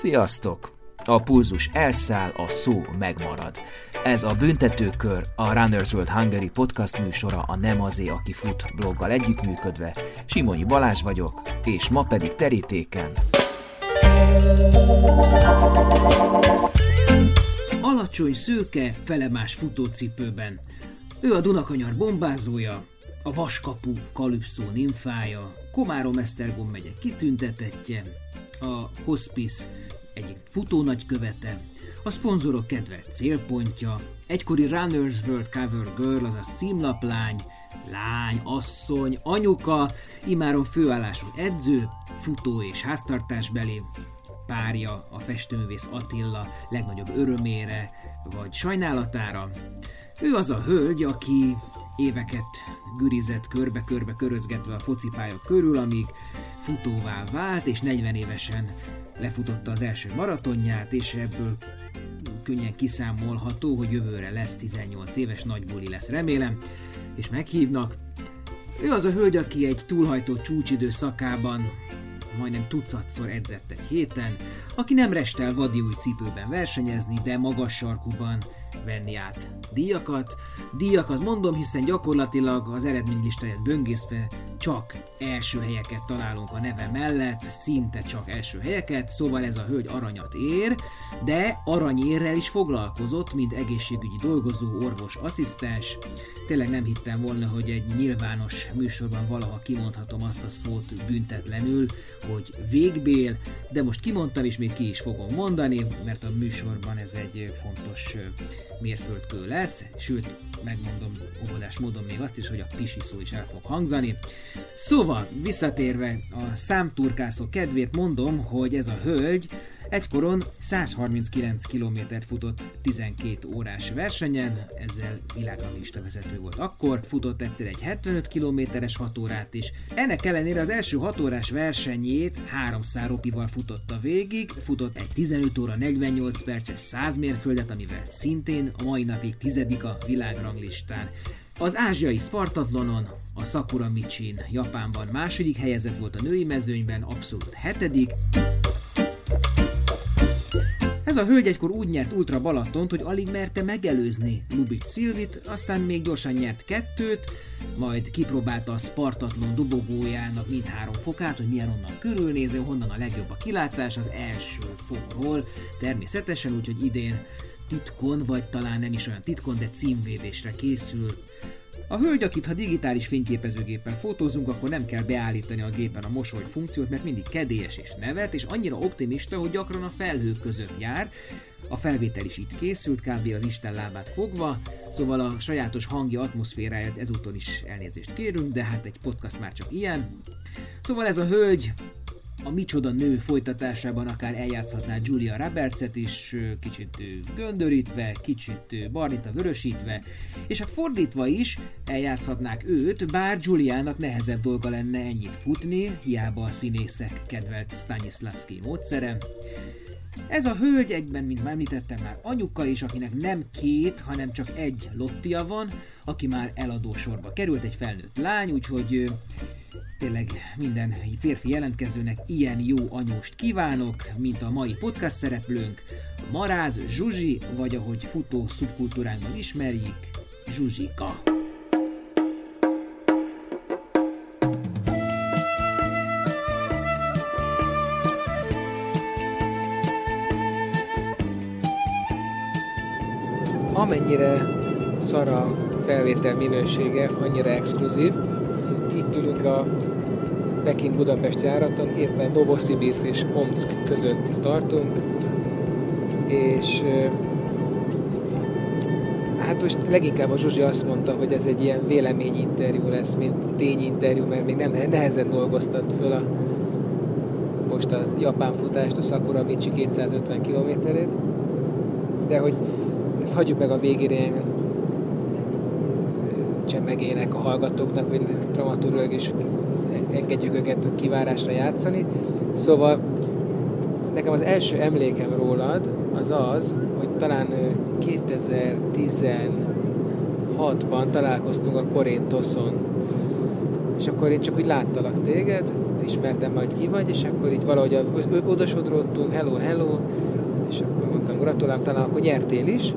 Sziasztok! A pulzus elszáll, a szó megmarad. Ez a Büntetőkör, a Runner's World Hungary podcast műsora a Nem azé, aki fut bloggal együttműködve. Simonyi Balázs vagyok, és ma pedig terítéken. Alacsony, szőke, felemás futócipőben. Ő a Dunakanyar bombázója, a Vaskapu Kalüpszó nimfája, Komárom-Esztergom megye kitüntetettje, a Hospice egyik futónagykövete, a szponzorok kedvelt célpontja, egykori Runner's World Cover Girl, azaz címlaplány, lány, asszony, anyuka, immáron főállású edző, futó és háztartásbeli, párja a festőművész Attila legnagyobb örömére vagy sajnálatára. Ő az a hölgy, aki éveket gürizett körbe-körbe körözgetve a focipálya körül, amíg futóvá vált, és 40 évesen lefutotta az első maratonját, és ebből könnyen kiszámolható, hogy jövőre lesz 18 éves, nagy buli lesz, remélem, és meghívnak. Ő az a hölgy, aki egy túlhajtó csúcsidő szakában majdnem tucatszor edzett egy héten, aki nem restel vadi új cipőben versenyezni, de magas sarkuban venni át díjakat mondom, hiszen gyakorlatilag az eredménylistáját böngészve csak első helyeket találunk a neve mellett, szinte csak első helyeket, szóval ez a hölgy aranyat ér, de aranyérrel is foglalkozott, mint egészségügyi dolgozó, orvos, asszisztens. Tényleg nem hittem volna, hogy egy nyilvános műsorban valaha kimondhatom azt a szót büntetlenül, hogy végbél, de most kimondtam, és még ki is fogom mondani, mert a műsorban ez egy fontos mérföldkő lesz, sőt, megmondom óvodás módon még azt is, hogy a pisi szó is el fog hangzani. Szóval, visszatérve a számturkászok kedvéért mondom, hogy ez a hölgy egykoron 139 kilométert futott 12 órás versenyen, ezzel világranglista vezető volt akkor, futott egyszer egy 75 kilométeres 6 órát is. Ennek ellenére az első 6 órás versenyét 300 ropival futotta végig, futott egy 15 óra 48 perces 100 mérföldet, amivel szintén a mai napig 10. a világranglistán. Az ázsiai Spartatlonon a Sakura Michin Japánban második helyezett volt a női mezőnyben, abszolút 7. Ez a hölgy egykor úgy nyert Ultra Balatont, hogy alig merte megelőzni Lubitsch Szilvit, aztán még gyorsan nyert 2, majd kipróbálta a Spartatlon dobogójának mindhárom fokát, hogy milyen onnan körülnéző, honnan a legjobb a kilátás, az első fokról természetesen, úgyhogy idén titkon, vagy talán nem is olyan titkon, de címvédésre készül. A hölgy, akit ha digitális fényképezőgéppel fotózunk, akkor nem kell beállítani a gépen a mosoly funkciót, mert mindig kedélyes és nevet, és annyira optimista, hogy gyakran a felhők között jár. A felvétel is itt készült, kb. Az Isten lábát fogva, szóval a sajátos hangi atmoszféráját ezúton is elnézést kérünk, de hát egy podcast már csak ilyen. Szóval ez a hölgy a Micsoda nő folytatásában akár eljátszhatná Julia Robertset is, kicsit göndörítve, kicsit barnita vörösítve, és hát fordítva is eljátszhatnák őt, bár Juliának nehezebb dolga lenne ennyit futni, hiába a színészek kedvelt Stanislavski módszere. Ez a hölgy egyben, mint már említettem, már anyuka is, akinek nem 2, hanem csak egy lottia van, aki már eladó sorba került, egy felnőtt lány, úgyhogy tényleg minden férfi jelentkezőnek ilyen jó anyóst kívánok, mint a mai podcast szereplőnk, Maráz Zsuzsi, vagy ahogy futó szubkultúránkban ismerjük, Zsuzsika. Amennyire szar a felvétel minősége, annyira exkluzív. Itt ülünk a Peking-Budapest járaton, éppen Novosibirszk és Omszk között tartunk, és hát most leginkább a Zsuzsi azt mondta, hogy ez egy ilyen véleményinterjú lesz, mint tényinterjú, mert még nem nehezen dolgoztat föl most a japán futást, a Sakura Michi 250 kilométerét, de hogy ezt hagyjuk meg a végére, csemegének a hallgatóknak, hogy dramaturgilag is engedjük őket kivárásra játszani. Szóval nekem az első emlékem rólad az, hogy talán 2016-ban találkoztunk a Koréntoszon és akkor én csak úgy láttalak téged, ismertem majd ki vagy, és akkor így valahogy odasodródtunk, hello, és akkor mondtam, gratulálok, talán akkor nyertél is.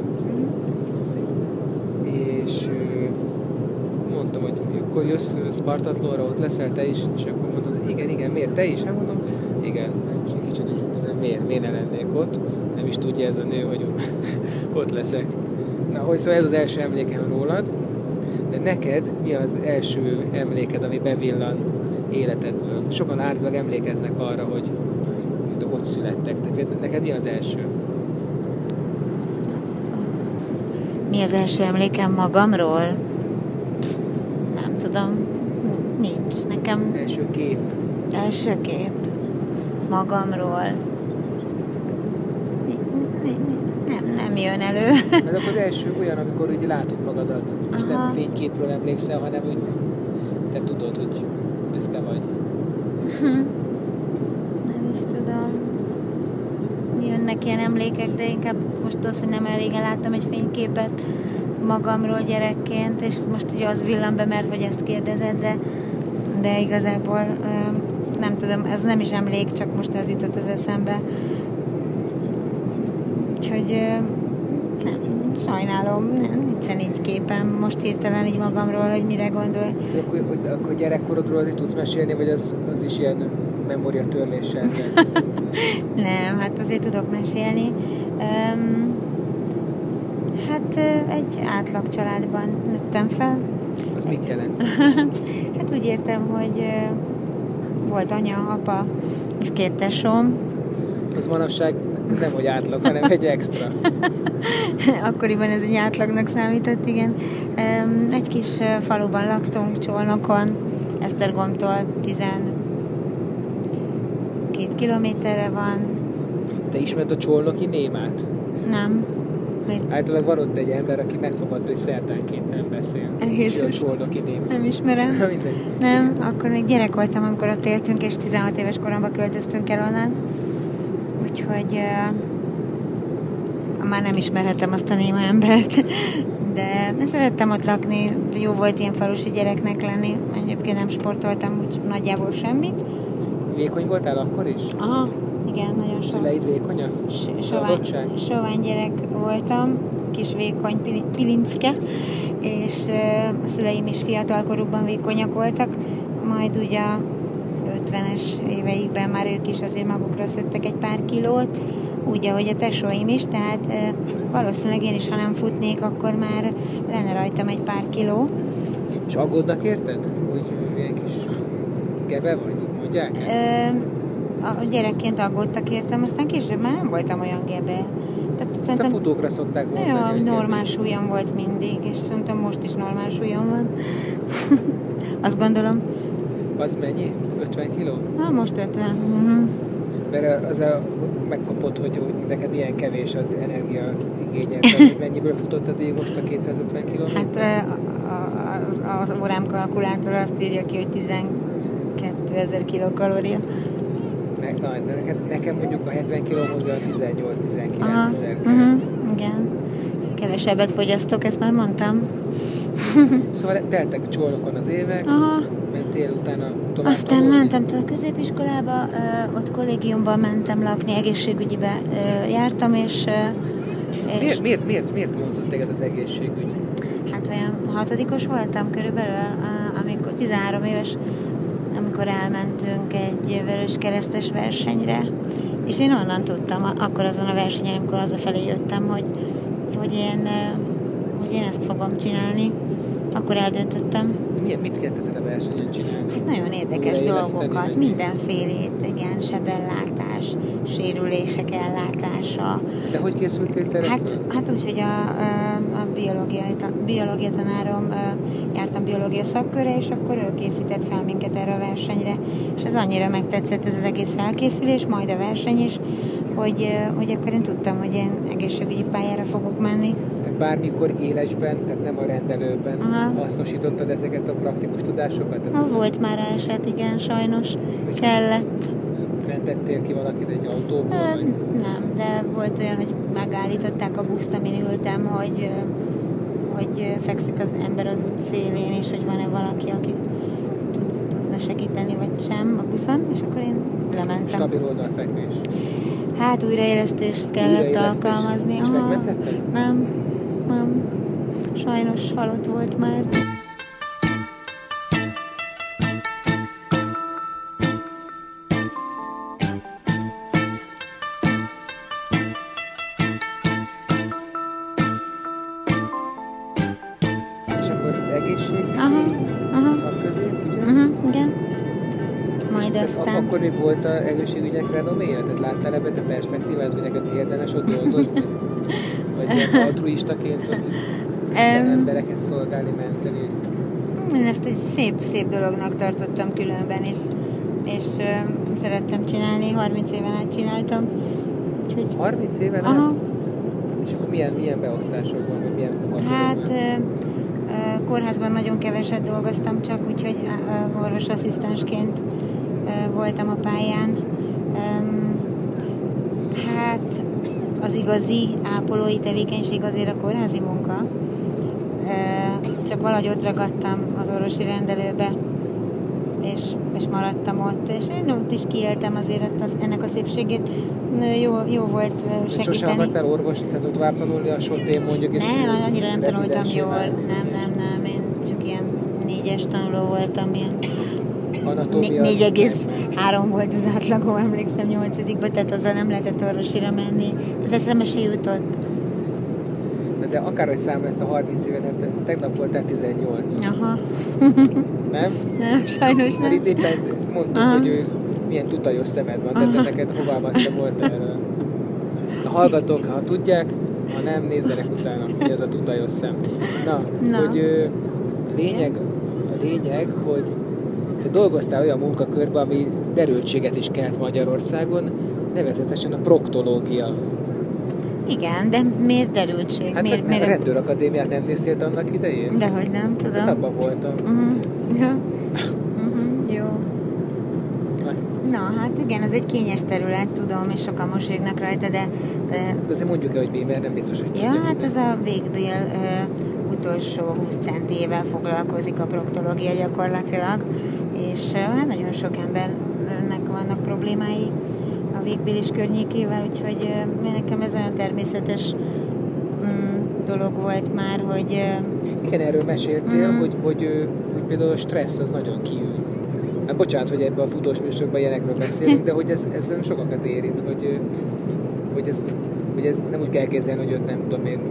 És mondtam, hogy akkor jössz Spartatlonra, ott leszel te is, és akkor mondtam, igen, miért te is? Hát mondom, igen. És egy kicsit úgy, miért ne lennék ott? Nem is tudja ez a nő, hogy ott leszek. Na, hogy szóval ez az első emlékem rólad, de neked mi az első emléked, ami bevillan életedből? Sokan átlag emlékeznek arra, hogy ott születtek. Neked mi az első? Mi az első emlékem magamról? Nem tudom. Nincs. Nekem... Első kép. Első kép. Magamról. Nem jön elő. Ez akkor az első olyan, amikor úgy látod magadat, és nem fényképről emlékszel, hanem úgy te tudod, hogy ez te vagy. Nem is tudom. Jönnek ilyen emlékek, de inkább most az, hogy nem elégen láttam egy fényképet magamról gyerekként, és most ugye az villan be, mert hogy ezt kérdezed, de igazából nem tudom, ez nem is emlék, csak most ez jutott az eszembe. Úgyhogy nem, sajnálom, nincsen így képem most hirtelen így magamról, hogy mire gondolj. Akkor gyerekkorodról azért tudsz mesélni, vagy az is ilyen memóriatörléssel? Nem, hát azért tudok mesélni. Hát egy átlag családban nőttem fel. Az mit jelent? Hát úgy értem, hogy volt anya, apa és 2 tesóm. Az manapság nem, hogy átlag, hanem egy extra. Akkoriban ez egy átlagnak számított, igen. Egy kis faluban laktunk, Csolnokon, Esztergomtól 12 kilométerre van. Te ismered a csolnoki némát? Nem. Általában van ott egy ember, aki megfogadta, hogy szerdánként nem beszél. És a csolnoki némát. Nem ismerem. Nem, akkor még gyerek voltam, amikor ott éltünk, és 16 éves koromban költöztünk el onnan. Úgyhogy már nem ismerhetem azt a néma embert, de szerettem ott lakni, jó volt ilyen falusi gyereknek lenni, egyébként nem sportoltam úgy nagyjából semmit. Vékony voltál akkor is? Aha, igen, nagyon sok. Szüleid vékonyak? Sovány gyerek voltam, kis vékony pilincke, és a szüleim is fiatalkorukban vékonyak voltak, majd ugye a 50-es éveikben már ők is azért magukra szedtek egy pár kilót, úgy, ahogy a tesóim is, tehát valószínűleg én is, ha nem futnék, akkor már lenne rajtam egy pár kiló. És aggódnak érted? Úgy ilyen kis gebe vagy? Mondják ezt? A gyerekként aggódtak értem, aztán később már nem voltam olyan gebe. Tehát a futókra szokták mondani. Jó, normál súlyom volt mindig, és szerintem most is normál súlyom van. Azt gondolom. Az mennyi? 50 kiló? Most 50. Mert megkapod, hogy neked milyen kevés az energiaigényed, hogy mennyiből futottad így most a 250 kilométer? Hát az órám kalkulátor azt írja ki, hogy 12.000 kilokalória. Nekem mondjuk a 70 kilóhoz olyan 18-19 ezer. Igen. Kevesebbet fogyasztok, ezt már mondtam. Szóval teltek a Csolnokon az évek, mentél utána tovább. Aztán mentem a középiskolába, ott kollégiumban mentem lakni, egészségügyibe jártam, és Miért vonzott téged az egészségügy? Hát olyan 6-os voltam körülbelül, amikor 13 éves, amikor elmentünk egy vöröskeresztes versenyre, és én onnan tudtam, akkor azon a versenyen, amikor hazafelé jöttem, hogy én ezt fogom csinálni, akkor eldöntöttem. Mit kellett ezen a versenyen csinálni? Hát nagyon érdekes dolgokat, mindenfélét, igen, sebellátás, sérülések ellátása. De hogy készültél te? Hát úgy, hogy a biológia tanárom, jártam biológia szakkörre, és akkor ő készített fel minket erre a versenyre. És ez annyira megtetszett ez az egész felkészülés, majd a verseny is, hogy akkor én tudtam, hogy én egészségügyi pályára fogok menni. Te bármikor élesben, tehát nem a rendelőben hasznosítottad ezeket a praktikus tudásokat? Volt már eset, igen, sajnos. Kellett. Mentettél ki valakit egy autóból? Nem, de volt olyan, hogy megállították a buszt, amin ültem, hogy fekszik az ember az út szélén, és hogy van-e valaki, aki segíteni, vagy sem a buszon, és akkor én lementem. Stabil oldalfekvés. Hát újraélesztést kellett alkalmazni. És megmentetted? Nem. Sajnos halott volt már. És akkor egészségügyi szakközi, ugye? Igen. Majd aztán... Akkor még volt az egészségügynek renoméja? Tehát láttál ebben a perspektívát, hogy neked érdemes ott dolgozni? Vagy ilyen altruistaként ott embereket szolgálni, menteni? Én ezt egy szép dolognak tartottam különben, és szerettem csinálni, 30 éven át csináltam. Úgyhogy... 30 éven át? És akkor milyen beosztásokban, vagy milyen munkakörökben? Hát kórházban nagyon keveset dolgoztam csak, úgyhogy orvosasszisztensként voltam a pályán. Hát az igazi ápolói tevékenység azért a kórházi munka. Csak valahogy ott ragadtam az orvosi rendelőbe, és maradtam ott, és én ott is kiéltem azért ennek a szépségét. Jó volt segíteni. Sose akartál orvost, tehát ott tovább tanulni a sotén mondjuk? Nem, annyira nem tanultam jól. Nem. Én csak ilyen 4-es tanuló voltam, ilyen 4,3 volt az átlagom, emlékszem 8-ba, tehát azzal nem lehetett orvosira menni. Az eszembe se jutott. De akárhogy számol ezt a 30 évet, hát tegnap voltál 18. Aha. Nem? Nem, sajnos nem. Mert itt éppen mondtuk, hogy ő milyen tutajos szemed van, tehát neked fogalmat sem volt erről. A hallgatók, ha tudják, ha nem, nézzenek utána, hogy ez a tutajos szem. Na. Hogy a lényeg, hogy te dolgoztál olyan munkakörben, ami derültséget is kelt Magyarországon, nevezetesen a proktológia. Igen, de miért derültség? Hát miért? A rendőrakadémiát nem néztél annak idején? Dehogy nem, tudom. Hát abban voltam. Jó. Na, hát igen, ez egy kényes terület, tudom, és sokan mosolyognak rajta, de azért mondjuk el, hogy mi, mert nem biztos, hogy tudjuk. Ja, hát ez a végbél utolsó 20 centével foglalkozik a proktológia gyakorlatilag, és hát nagyon sok embernek vannak problémái a végbél és környékével, úgyhogy nekem ez olyan természetes dolog volt már, hogy... Igen, erről meséltél, hogy például a stressz az nagyon kiül. Hát bocsánat, hogy ebben a futós műsorokban ilyenekről beszélünk, de hogy ez nem sokakat érint, hogy ez nem úgy kell képzelni, hogy ott nem tudom én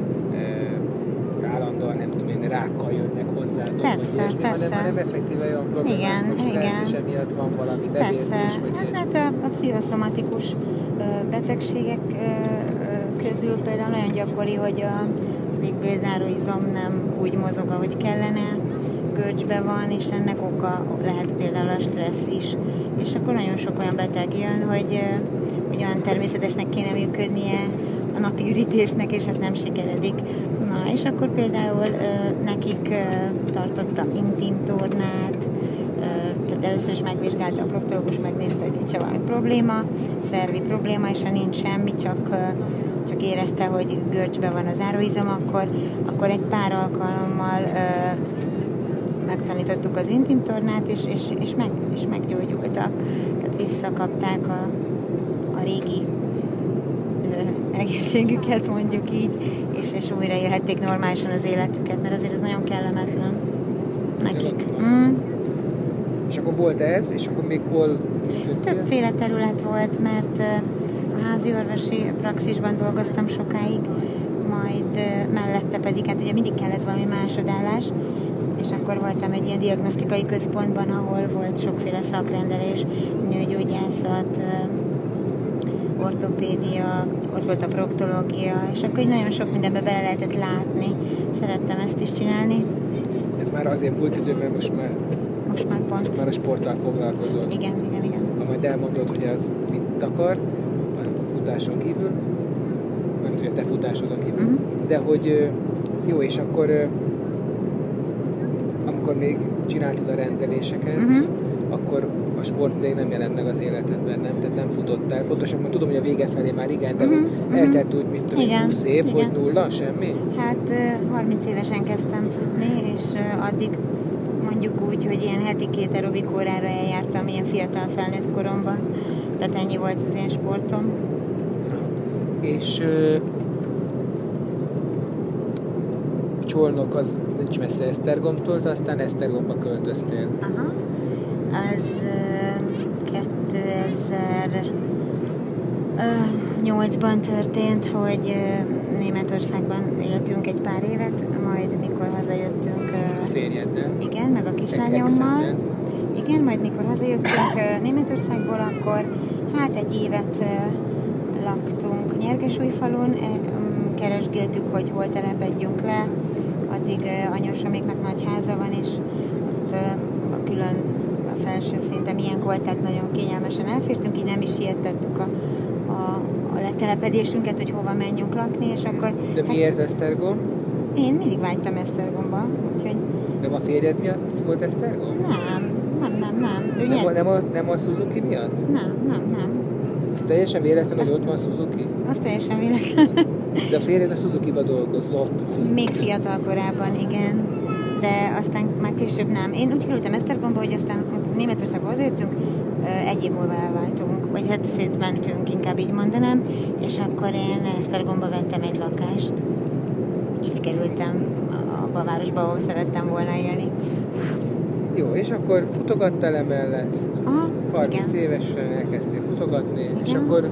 állandóan, nem tudom én, rákkal jönnek hozzá. Persze. Hanem effektíve olyan problémák, hogy stressz, és emiatt van valami bevérzés. Hát a pszichoszomatikus betegségek közül például nagyon gyakori, hogy a végbélzáróizom nem úgy mozog, ahogy kellene, görcsbe van, és ennek oka lehet például a stressz is. És akkor nagyon sok olyan beteg jön, hogy olyan természetesnek kéne működnie a napi ürítésnek, és hát nem sikeredik. Na, és akkor például nekik tartottam intim tornát, tehát először is megvizsgálta a proktológus, megnézte, hogy nincs valami probléma, szervi probléma, és ha nincs semmi, csak érezte, hogy görcsbe van az záróizom, akkor egy pár alkalommal megtanítottuk az intim tornát, és meggyógyultak. Tehát visszakapták a régi egészségüket, mondjuk így, és újra élhették normálisan az életüket, mert azért ez nagyon kellemetlen nekik. És akkor volt ez, és akkor még hol működtél? Többféle terület volt, mert a házi orvosi praxisban dolgoztam sokáig, majd mellette pedig, hát ugye mindig kellett valami másodállás, és akkor voltam egy ilyen diagnosztikai központban, ahol volt sokféle szakrendelés, nőgyógyászat, ortopédia, ott volt a proktológia, és akkor így nagyon sok mindenbe bele lehetett látni. Szerettem ezt is csinálni. Ez már azért múlt idő, mert most már pont. Már a sporttal foglalkozol. Igen. Ha majd elmondod, hogy az mit akar, a futáson kívül, nem tudja, te futásodon kívül, de hogy jó, és akkor amikor még csináltad a rendeléseket, akkor a sport még nem jelent meg az életedben, nem? Tehát nem futottál. Pontosabban tudom, hogy a vége felé már igen, de eltelt úgy, mint 20 év, hogy nulla, semmi? Hát 30 évesen kezdtem futni, és addig mondjuk úgy, hogy ilyen heti 2 aerobik órára eljártam ilyen fiatal felnőtt koromban. Tehát ennyi volt az én sportom. És Csolnok az nincs messze Esztergomtól, aztán Esztergomba költöztél. Aha. Az 2008-ban történt, hogy Németországban éltünk egy pár évet, majd mikor hazajöttünk... A férjeddel. Igen, meg a kislányommal. Igen, majd mikor hazajöttünk Németországból, akkor hát egy évet laktunk Nyergesújfalun, keresgéltük, hogy hol telepedjünk le, addig anyósoméknak nagy háza van, és ott a külön a felső szinten milyen volt, tehát nagyon kényelmesen elfértünk, így nem is siettettük a letelepedésünket, hogy hova menjünk lakni, és akkor... De miért Esztergom? Én mindig vágytam Esztergomba, úgyhogy... Nem a férjed miatt volt Esztergom? Nem. Nem a Suzuki miatt? Nem. Ez teljesen véletlen, hogy ott van Suzuki? Az teljesen véletlen. De a férjed a Suzuki-ba dolgozott. Még fiatal korában, igen. De aztán már később nem. Én úgy kerültem Esztergomba, hogy aztán Németországba hazajöttünk, egy év múlva elváltunk, vagy hát szétmentünk, inkább így mondanám, és akkor én Esztergomba vettem egy lakást. Így kerültem abba a városba, ahol szerettem volna élni. Jó, és akkor futogattál emellett? Aha, 30 igen. Évesen elkezdtél futogatni, igen. És akkor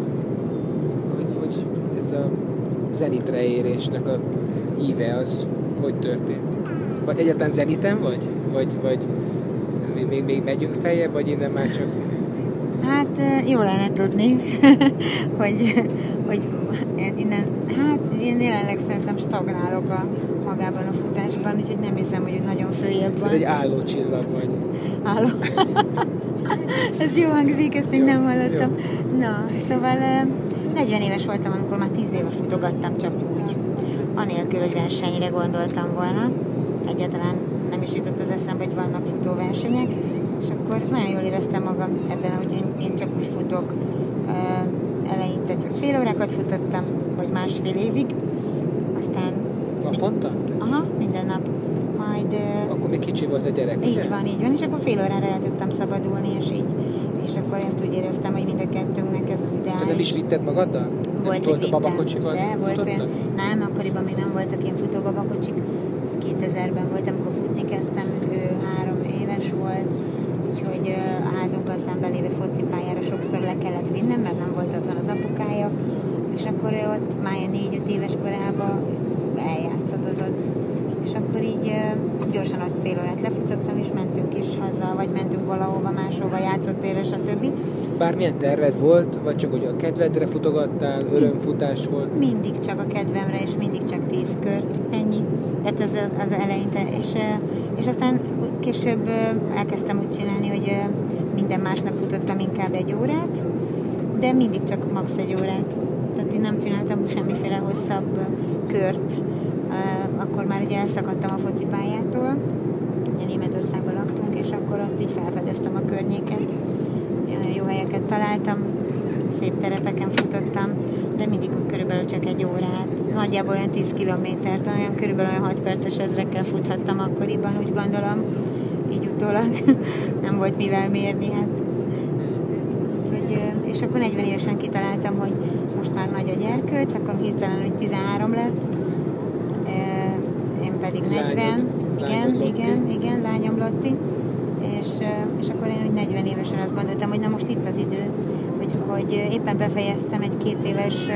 hogy ez a zenitre érésnek a íve, az hogy történt? Vagy egyáltalán zeniten vagy? Vagy még megyünk feljebb, vagy innen már csak... Hát jó lenne tudni, hogy innen, hát én jelenleg szerintem stagnálok magában a futásban, úgyhogy nem hiszem, hogy nagyon följebb van. Ez egy álló csillag vagy. Álló. Ez jó hangzik, ezt még nem hallottam. Jó. Na, szóval 40 éves voltam, amikor már 10 éve futogattam, csak úgy. Anélkül, hogy versenyre gondoltam volna. Egyáltalán nem is jutott az eszembe, hogy vannak futóversenyek, és akkor nagyon jól éreztem magam ebben, hogy én csak úgy futok. Eleinte csak fél órákat futottam, vagy másfél évig, aztán... Naponta? Aha, minden nap. Majd... Akkor még kicsi volt a gyerek, így van, és akkor fél órára el tudtam szabadulni, és akkor ezt úgy éreztem, hogy mind a kettőnknek ez az ideális. Te nem is vitted magaddal? Volt a babakocsival? De volt olyan, nem, akkoriban még nem voltak ilyen futóbabakocsik. Ez 2000-ben volt, amikor futni kezdtem, ő 3 éves volt, úgyhogy a házunkkal szemben lévő focipályára sokszor le kellett vinnem, mert nem volt otthon az apukája, és akkor ő ott már 4-5 éves korában eljátszadozott. És akkor így gyorsan ott fél órát lefutottam, és mentünk is haza, vagy mentünk valahova máshova, játszótérre, stb. Bármilyen terved volt, vagy csak hogy a kedvedre futogattál, örömfutás volt? Mindig csak a kedvemre, és mindig csak 10 kört, ennyi. Tehát ez az eleinte, és aztán később elkezdtem úgy csinálni, hogy minden másnap futottam inkább 1 órát, de mindig csak max. 1 órát. Tehát én nem csináltam semmiféle hosszabb kört. Akkor már ugye elszakadtam a focipályától, Németországban laktunk, és akkor ott így felfedeztem a környéket. Jó helyeket találtam, szép terepeken futottam, de mindig körülbelül csak 1 órát. Nagyjából olyan 10 kilométert, olyan körülbelül olyan 6 perces ezrekkel futhattam akkoriban, úgy gondolom, így utólag. Nem volt mivel mérni, hát. És akkor 40 évesen kitaláltam, hogy most már nagy a gyerkőc, akkor hirtelen, hogy 13 lett, én pedig 40, igen, lányom Lotti, és akkor én úgy 40 évesen azt gondoltam, hogy na most itt az idő, hogy éppen befejeztem egy 2 éves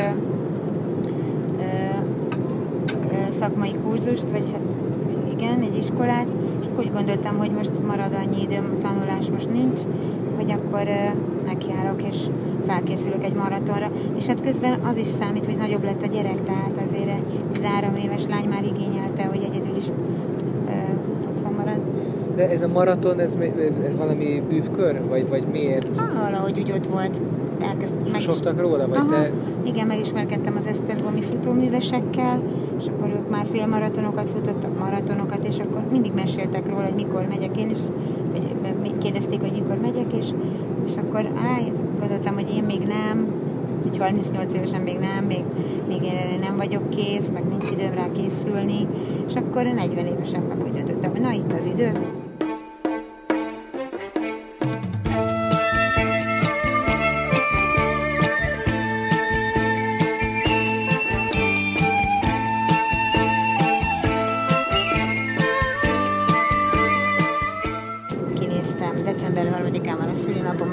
szakmai kurzust, vagyis hát igen, egy iskolát, és úgy gondoltam, hogy most marad annyi időm, tanulás most nincs, hogy akkor nekiállok, és felkészülök egy maratonra, és hát közben az is számít, hogy nagyobb lett a gyerek, tehát azért egy 13 éves lány már igényelte, hogy egyedül is otthon marad. De ez a maraton, ez valami bűvkör? Vagy miért? Valahogy úgy ott volt. Soktak róla? Vagy te... Igen, megismerkedtem az esztergomi futóművesekkel, és akkor ők már félmaratonokat futottak, maratonokat, és akkor mindig meséltek róla, hogy mikor megyek én is, vagy kérdezték, hogy mikor megyek, és akkor gondoltam, hogy én még nem, hogy 38 évesen még nem, még én nem vagyok kész, meg nincs időm rá készülni, és akkor 40 évesen meg úgy döntöttem, hogy na itt az idő.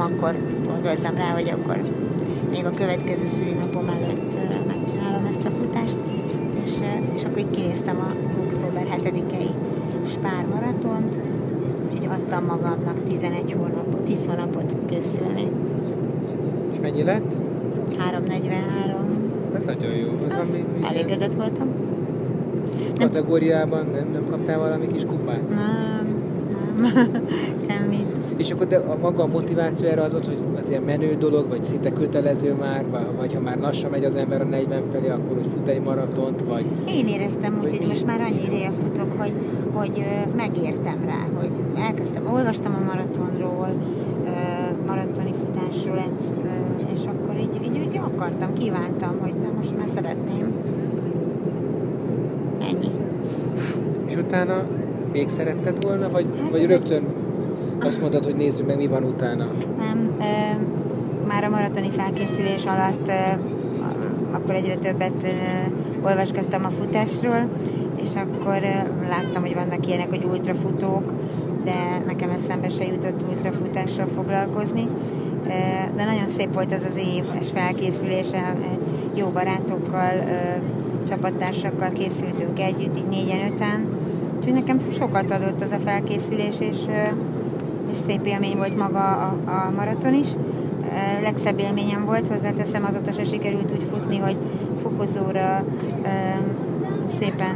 akkor gondoltam rá, hogy akkor még a következő szülinapom előtt megcsinálom ezt a futást, és akkor így kinéztem a október 7-i Spár maratont, úgyhogy adtam magamnak 10 hónapot készülni. És mennyi lett? 3:43. Ez nagyon jó. Elégedett voltam. Kategóriában nem kaptál valami kis kupát? Nem. Semmit. És akkor de maga a motiváció erre az volt, hogy az ilyen menő dolog, vagy szinte kötelező már, vagy ha már lassan megy az ember a 40 felé, akkor hogy fut egy maratont, vagy... Én éreztem úgy, hogy most már annyi ideje futok, hogy megértem rá, hogy olvastam a maratonról, maratoni futásról, és akkor így akartam, kívántam, hogy most már szeretném. Ennyi. És utána még szeretted volna, vagy rögtön azt mondtad, hogy nézzük meg, mi van utána? Nem, már a maratoni felkészülés alatt akkor egyre többet olvasgattam a futásról, és akkor láttam, hogy vannak ilyenek, hogy ultrafutók, de nekem eszembe se jutott ultrafutással foglalkozni. De nagyon szép volt ez az éves felkészülése, jó barátokkal, csapattársakkal készültünk együtt, így 4-5-en, úgyhogy nekem sokat adott az a felkészülés, és szép élmény volt maga a maraton is. Legszebb élményem volt, hozzáteszem, azóta se sikerült úgy futni, hogy fokozóra szépen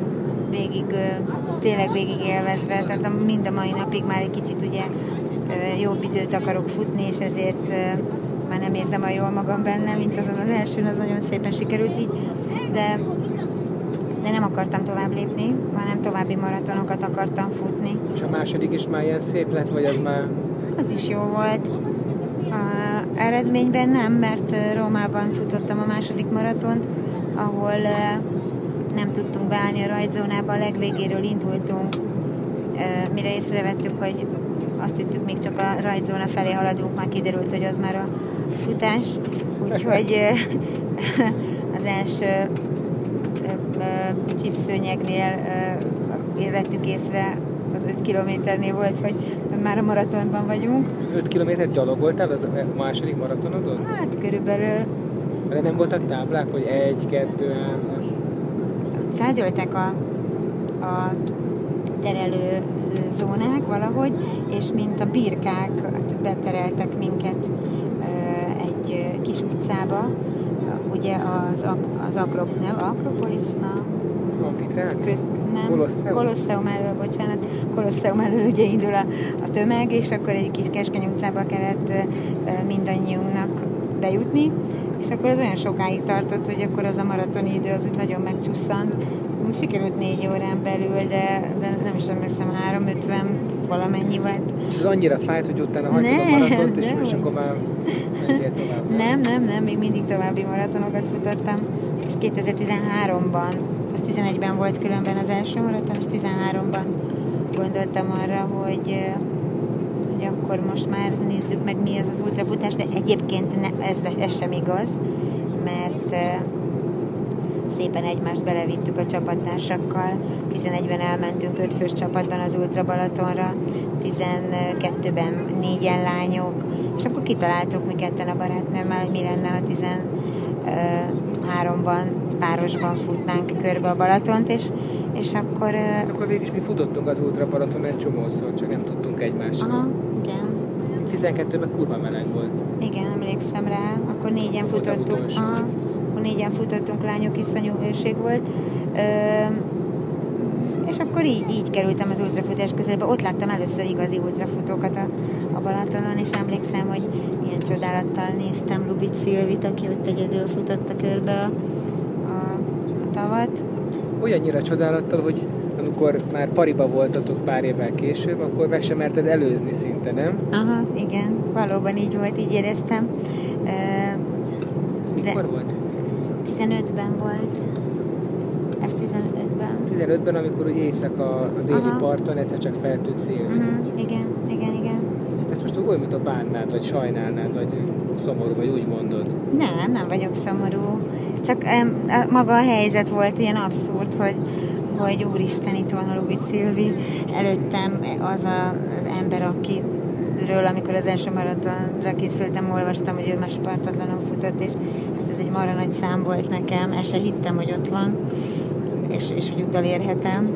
tényleg végig élvezve, tehát mind a mai napig már egy kicsit ugye jobb időt akarok futni, és ezért már nem érzem a jól magam benne, mint azon az elsőn, az nagyon szépen sikerült így, de nem akartam tovább lépni, hanem további maratonokat akartam futni. És a második is már ilyen szép lett, vagy az már... Az is jó volt. Eredményben nem, mert Rómában futottam a második maratont, ahol nem tudtunk beállni a rajtzónába, a legvégéről indultunk, mire észrevettük, hogy azt hittük, még csak a rajtzóna felé haladunk, már kiderült, hogy az már a futás, úgyhogy az első csipszőnyegnél vettük észre, az 5 kilométernél volt, hogy már a maratonban vagyunk. 5 kilométert gyalogoltál az a második maratonodon? Hát körülbelül. De nem voltak táblák, hogy 1, 2, 3? Feldőltek a terelő zónák valahogy, és mint a birkák betereltek minket egy kis utcába, ugye az Akropolis, Kolosseum elől ugye indul a tömeg, és akkor egy kis keskeny utcába kellett mindannyiunknak bejutni, és akkor az olyan sokáig tartott, hogy akkor az a maratoni idő az úgy nagyon megcsusszant. Sikerült 4 órán belül, de nem is emlékszem, 3:50 valamennyi volt. És az annyira fájt, hogy utána hagytuk a maratont, és akkor már mentél tovább. Nem, még mindig további maratonokat futottam, és 2013-ban, az 11-ben volt különben az első maraton, és 13-ban gondoltam arra, hogy akkor most már nézzük meg, mi ez az ultrafutás, de egyébként ez sem igaz, mert szépen egymást belevittük a csapattársakkal. 11-ben elmentünk 5 fős csapatban az Ultra Balatonra, 12-ben 4-en lányok, és akkor kitaláltuk mi ketten a barátnőmmel, hogy mi lenne, ha 13-ban párosban futnánk körbe a Balatont, és akkor... Akkor végig is mi futottunk az Ultra Balaton egy csomószor, csak nem tudtunk egymással. Aha, igen. 12-ben kurva meleg volt. Igen, emlékszem rá. Akkor 4-en futottunk. Akkor 4-en futottunk, lányok, iszonyú hőség volt. És akkor így kerültem az ultrafutás közelbe. Ott láttam először igazi ultrafutókat a Balatonon, és emlékszem, hogy ilyen csodálattal néztem Lubit Szilvit, aki ott egyedül futott a körbe a tavat. Olyannyira csodálattal, hogy amikor már pariba voltatok pár évvel később, akkor meg sem merted előzni szinte, nem? Aha, igen. Valóban így volt, így éreztem. Ez mikor volt? 15-ben volt. Ez 15-ben. 15-ben, amikor úgy éjszaka a déli parton egyszer csak feltűnt Szilvi. Igen. Ezt most úgy, mint a bánnád, vagy sajnálnád, vagy szomorú, vagy úgy mondod? Nem vagyok szomorú. Csak maga a helyzet volt ilyen abszurd, hogy úristen, itt van a Lubit Szilvi, előttem az ember, aki Gergelyről, amikor az első maratonra készültem, olvastam, hogy ő már Spartatlanon futott, és hát ez egy marha nagy szám volt nekem, el se hittem, hogy ott van, és hogy utolérhetem.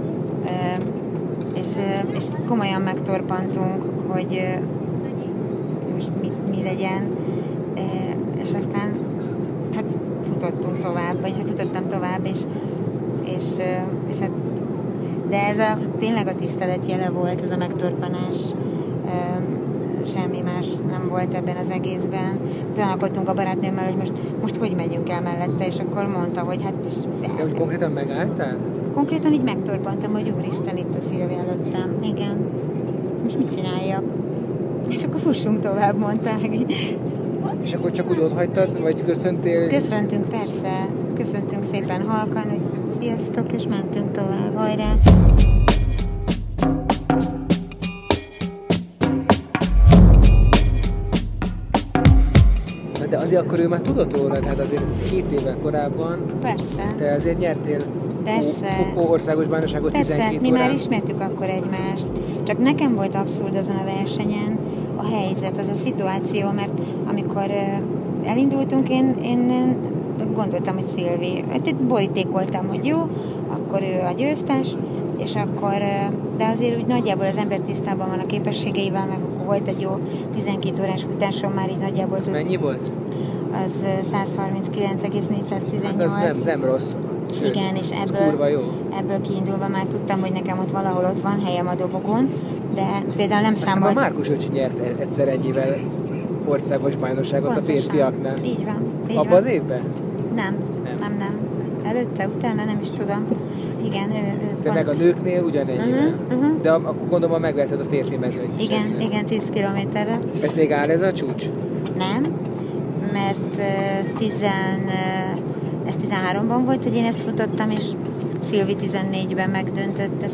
És komolyan megtorpantunk, hogy most mi legyen, és aztán hát futottunk tovább, vagyis futottam tovább, és hát, de ez tényleg a tisztelet jele volt, ez a megtorpanás, semmi más nem volt ebben az egészben. Találkoztunk a barátnőmmel, hogy most hogy megyünk el mellette, és akkor mondta, hogy hát... De hogy konkrétan megálltál? Konkrétan így megtorpantam, hogy úristen, itt a Szilvi előttem. Igen. Most mit csináljak? És akkor fussunk tovább, mondták. És akkor csak úgy otthagytad, vagy köszöntél? Köszöntünk, persze. Köszöntünk szépen halkan, hogy sziasztok, és mentünk tovább. Hajrá! De azért akkor ő már tudott róla, tehát azért 2 évvel korábban. Persze. Te azért nyertél országos bajnokságot 12 Persze, mi órán. már ismertük akkor egymást. Csak nekem volt abszurd azon a versenyen a helyzet, az a szituáció, mert amikor elindultunk, én gondoltam, hogy Szilvi. Itt borítékoltam, hogy jó, akkor ő a győztes, és akkor, de azért úgy nagyjából az ember tisztában van a képességeivel, meg akkor volt egy jó 12 órás futásom már így nagyjából. Az mennyi volt? Az 139,418. Hát az nem rossz. Sőt, igen, és ebből kiindulva már tudtam, hogy nekem ott valahol ott van helyem a dobogón, de például nem számolt... A Márkus öcsi nyert egyszer ennyivel országos bajnokságot. Pontosan. A férfiaknál. Így van. Abban az évben? Nem. Előtte, utána nem is tudom. Igen, de meg a nőknél ugyanennyivel. De akkor gondolom megverted a férfi mezőnyt. Igen, 10 kilométerre. Ez még áll ez a csúcs? Nem, mert ez 13-ban volt, hogy én ezt futottam, és Szilvi 14-ben megdöntötte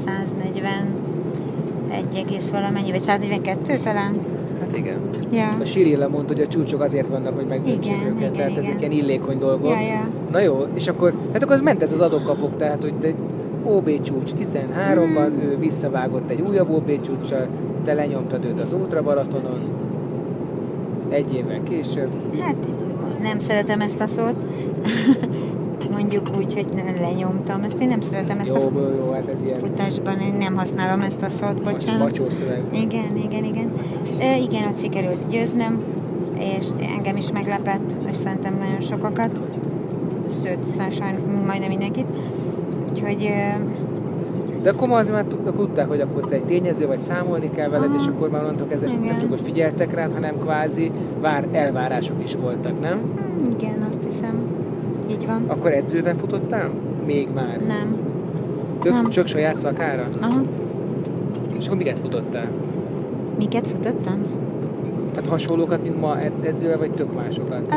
141 valamennyi, vagy 142 talán. Hát igen. Ja. A Sirilla mondta, hogy a csúcsok azért vannak, hogy megdöntsék őket, tehát ezek ilyen illékony dolgok. Ja. Na jó, és akkor ment ez az adok-kapok, tehát hogy egy OB csúcs 13-ban, ő visszavágott egy újabb OB csúccsal, te lenyomtad őt az Ultra Baratonon, 1 évvel később. Hát nem szeretem ezt a szót. Mondjuk úgy, hogy lenyomtam. Ezt én nem szeretem ezt jó, hát ez ilyen futásban. Én nem használom ezt a szót, bocsánat. Macsó szöveg. Igen. Igen, ott sikerült győznöm, és engem is meglepett, és szerintem nagyon sokakat. Sőt, sajnos majdnem mindenkit. Úgyhogy... De akkor az már tudták, hogy akkor te egy tényező, vagy számolni kell veled, és akkor már mondtok, ezek nem csak, hogy figyeltek rád, hanem kvázi elvárások is voltak, nem? Igen, azt hiszem. Így van. Akkor edzővel futottál? Még már? Nem. Csak saját szakára? Aha. És akkor miket futottál? Miket futottam? Hát hasonlókat, mint ma edzővel, vagy tök másokat?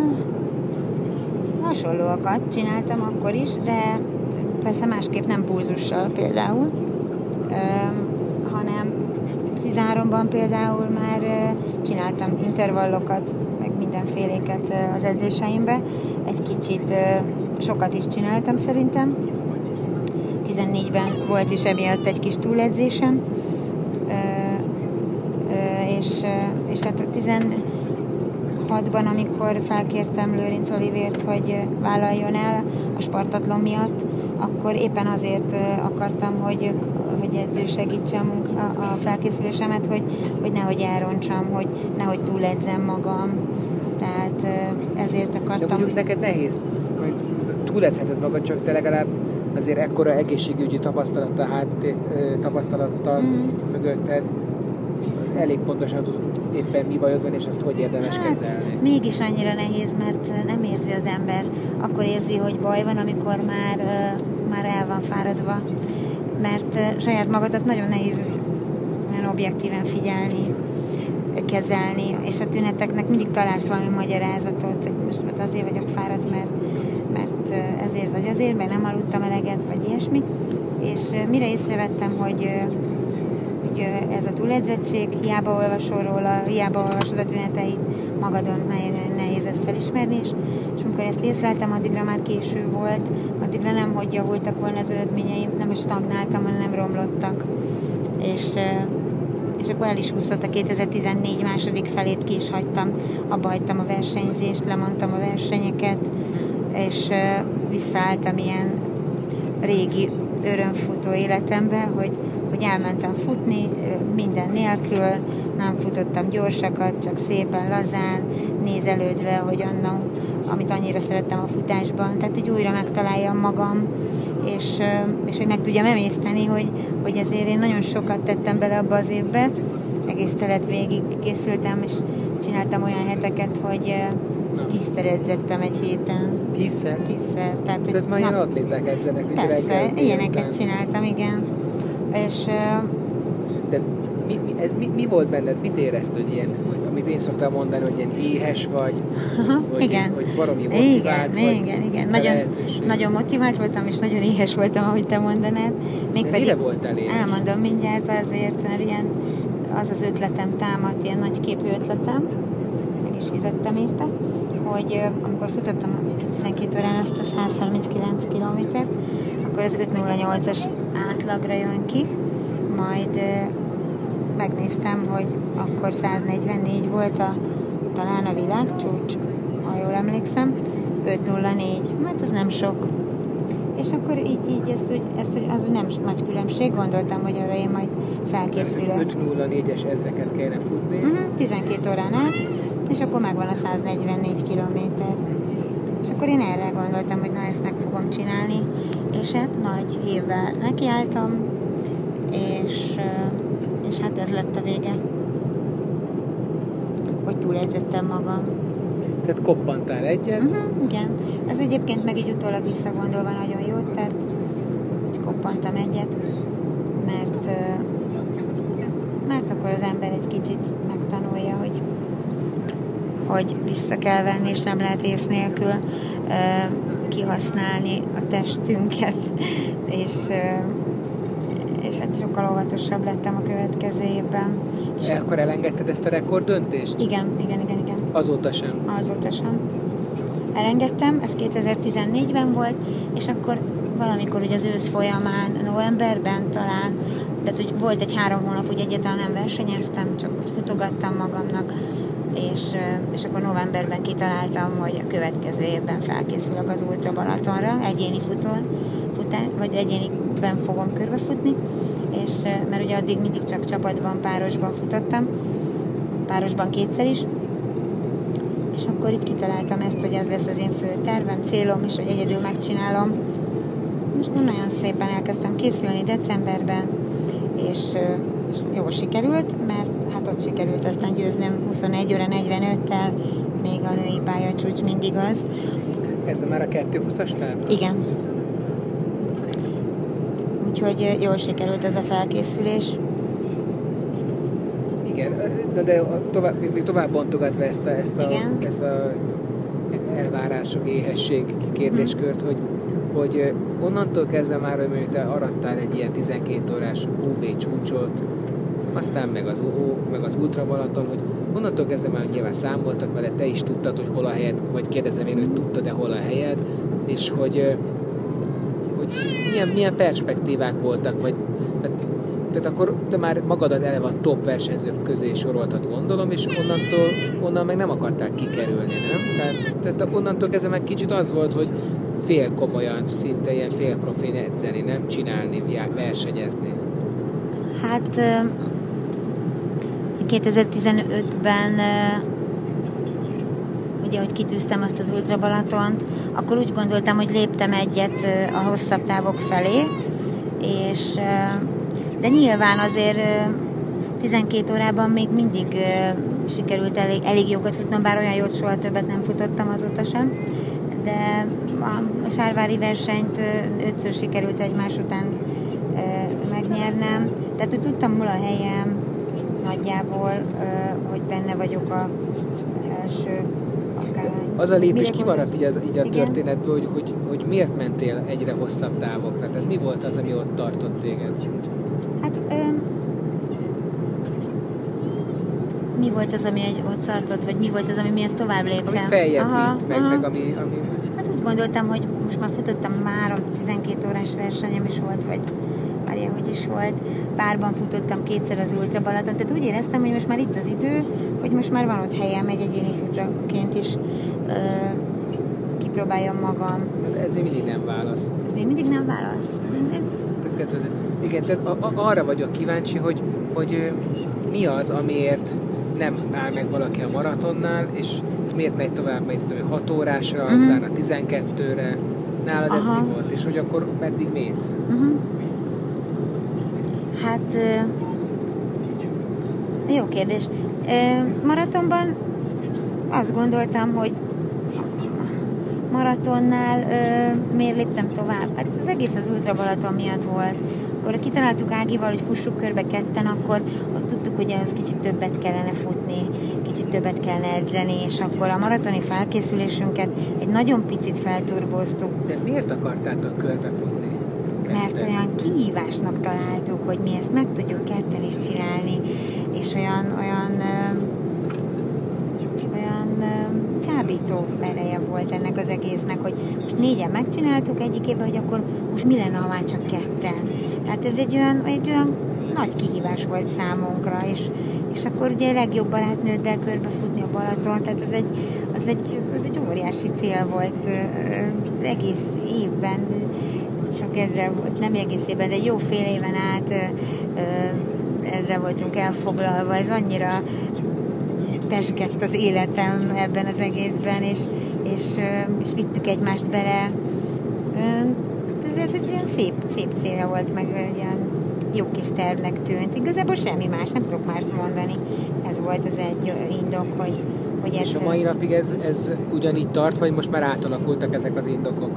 Hasonlóakat csináltam akkor is, de persze másképp nem pulzussal például, hanem 13-ban például már csináltam intervallokat, meg mindenféléket az edzéseimbe. Egy kicsit sokat is csináltam szerintem. 14-ben volt is emiatt egy kis túledzésem, és hát 16-ban, amikor felkértem Lőrinc Olivért, hogy vállaljon el a Spartatlon miatt, akkor éppen azért akartam, hogy edző segítse a felkészülésemet, hogy nehogy elrontsam, hogy nehogy túledzem magam. Tehát ezért akartam. De mondjuk neked nehéz, hogy túledzheted magad, csak te legalább azért ekkora egészségügyi tapasztalattal mögötted, az elég pontosan tud éppen mi bajod van, és azt hogy érdemes kezelni. Mégis annyira nehéz, mert nem érzi az ember. Akkor érzi, hogy baj van, amikor már el van fáradva. Mert saját magadat nagyon nehéz olyan objektíven figyelni, kezelni, és a tüneteknek mindig találsz valami magyarázatot, hogy most azért vagyok fáradt, mert ezért vagy azért, mert nem aludtam eleget, vagy ilyesmi. És mire észrevettem, hogy ez a túledzettség, hiába olvasol róla, hiába olvasod a tüneteit, magadon nehéz ezt felismerni, és amikor ezt észleltem, addigra már késő volt, addigra nem, hogy javultak volna az eredményeim, nem is stagnáltam, hanem nem romlottak. és akkor el is húzott a 2014 második felét, ki is hagytam, abba hagytam a versenyzést, lemondtam a versenyeket, és visszaálltam ilyen régi örömfutó életembe, hogy elmentem futni minden nélkül, nem futottam gyorsakat, csak szépen lazán, nézelődve, hogy annak, amit annyira szerettem a futásban, tehát így újra megtaláljam magam, és hogy meg tudjam emészteni, hogy ezért én nagyon sokat tettem bele abba az évbe, egész telet végig készültem, és csináltam olyan heteket, hogy 10-szer edzettem egy héten. 10-szer? 10-szer. Tehát, ez már ilyen atléták edzenek, hogy persze, ilyeneket csináltam, igen. És... De mi volt benned? Mit érezted, hogy ilyen, amit én szoktam mondani, hogy ilyen éhes vagy, hogy baromi motivált vagy? Igen. Nagyon motivált voltam, és nagyon éhes voltam, ahogy te mondanád. Mire voltál éhes? Elmondom mindjárt azért, mert ilyen az ötletem támadt, ilyen nagyképű ötletem, meg is fizettem érte, hogy amikor futottam 12 órán azt a 139 kilométert, akkor az 5:08-as átlagra jön ki, majd megnéztem, hogy akkor 144 volt talán a világcsúcs, ha jól emlékszem, 5:04, hát az nem sok. És akkor így ezt az nem nagy különbség, gondoltam, hogy arra én majd felkészülök. 5:04-es ezreket kellene futni. 12 órán át, és akkor megvan a 144 kilométer. És akkor én erre gondoltam, hogy na ezt meg fogom csinálni, és hát nagy hívvel nekiálltam, és hát ez lett a vége, hogy túledzettem magam. Tehát koppantál egyet? Igen. Ez egyébként meg így utólag visszagondolva nagyon jó, tehát hogy koppantam egyet, mert akkor az ember egy kicsit megtanulja, hogy vissza kell venni, és nem lehet ész nélkül kihasználni a testünket, és hát sokkal óvatosabb lettem a következő évben. Akkor elengedted ezt a rekorddöntést? Igen. Azóta sem? Azóta sem. Elengedtem, ez 2014-ben volt, és akkor valamikor ugye az ősz folyamán, novemberben talán, tehát hogy volt egy 3 hónap, úgy egyáltalán nem versenyeztem, csak úgy futogattam magamnak, és akkor novemberben kitaláltam, hogy a következő évben felkészülök az Ultra Balatonra, egyéni futás, vagy egyéniben fogom körbefutni, és mert ugye addig mindig csak csapatban, párosban futottam, párosban 2-szer is, és akkor itt kitaláltam ezt, hogy ez lesz az én fő tervem, célom, és hogy egyedül megcsinálom. És nagyon szépen elkezdtem készülni decemberben, és jól sikerült, mert hát ott sikerült aztán győznöm 21 óra 45-tel, még a női pályacsúcs mindig az. Ez már a 2:20-asnál? Igen. Úgyhogy jól sikerült ez a felkészülés. Igen, de tovább bontogatva ezt a elvárások, éhesség kérdéskört, hogy onnantól kezdve már, hogy te arattál egy ilyen 12 órás UB csúcsot, aztán meg az Ultra Balaton, hogy onnantól kezdve már nyilván számoltak vele, te is tudtad, hogy hol a helyed, vagy kérdezem én, hogy tudtad-e hol a helyed, és hogy milyen perspektívák voltak, vagy tehát akkor te már magadat eleve a top versenyzők közé soroltad, gondolom, és onnan meg nem akartál kikerülni, nem? Tehát onnantól kezdve meg kicsit az volt, hogy fél komolyan, szinte ilyen fél profin edzeni, nem csinálni, versenyezni. Hát 2015-ben ugye, hogy kitűztem azt az Ultra Balatont, akkor úgy gondoltam, hogy léptem egyet a hosszabb távok felé, de nyilván azért 12 órában még mindig sikerült elég jókat futnom, bár olyan jót soha többet nem futottam azóta sem, de a sárvári versenyt 5-ször sikerült egymás után megnyernem, tehát hogy tudtam hol a helyem nagyjából, hogy benne vagyok az első akárhány. Az a lépés kimaradt így a történetből, hogy miért mentél egyre hosszabb távokra? Tehát mi volt az, ami ott tartott téged? Hát mi volt az, ami ott tartott, vagy mi volt az, ami miatt tovább léptem? Ami feljebb vitt, meg ami... Hát úgy gondoltam, hogy most már futottam 3 12 órás versenyem is volt, vagy várjál, hogy is volt, párban futottam 2-szer az Ultra Balaton, tehát úgy éreztem, hogy most már itt az idő, hogy most már van ott helyem egy egyéni futóként is kipróbáljam magam. Ez még mindig nem válasz. Ez még mindig nem válasz? Igen, tehát arra vagyok kíváncsi, hogy mi az, amiért nem áll meg valaki a maratonnál, és miért megy tovább, megy 6 órásra, utána 12-re. Nálad ez mi volt? És hogy akkor meddig mész? Hát, jó kérdés. Maratonban azt gondoltam, hogy maratonnál miért léptem tovább? Hát az egész az Ultra Balaton miatt volt. Akkor kitaláltuk Ágival, hogy fussuk körbe ketten, akkor ott tudtuk, hogy az kicsit többet kellene futni, kicsit többet kellene edzeni, és akkor a maratoni felkészülésünket egy nagyon picit felturboztuk. De miért akartátok körbefutni? Mert olyan kihívásnak találtuk, hogy mi ezt meg tudjuk ketten is csinálni, és olyan csábító ereje volt ennek az egésznek, hogy most 4-en megcsináltuk egyik évben, hogy akkor most mi lenne, ha már csak 2-en. Tehát ez egy olyan nagy kihívás volt számunkra, és akkor ugye legjobb barátnőddel körbefutni a Balaton, tehát ez egy óriási cél volt egész évben, csak ezzel volt, nem egész évben, de jó fél éven át ezzel voltunk elfoglalva, ez annyira pesgett az életem ebben az egészben, és vittük egymást bele. Ez egy olyan szép célja volt, meg egy olyan jó kis tervnek tűnt. Igazából semmi más, nem tudok mást mondani. Ez volt az egy indok, hogy és a mai napig ez ugyanígy tart, vagy most már átalakultak ezek az indokok?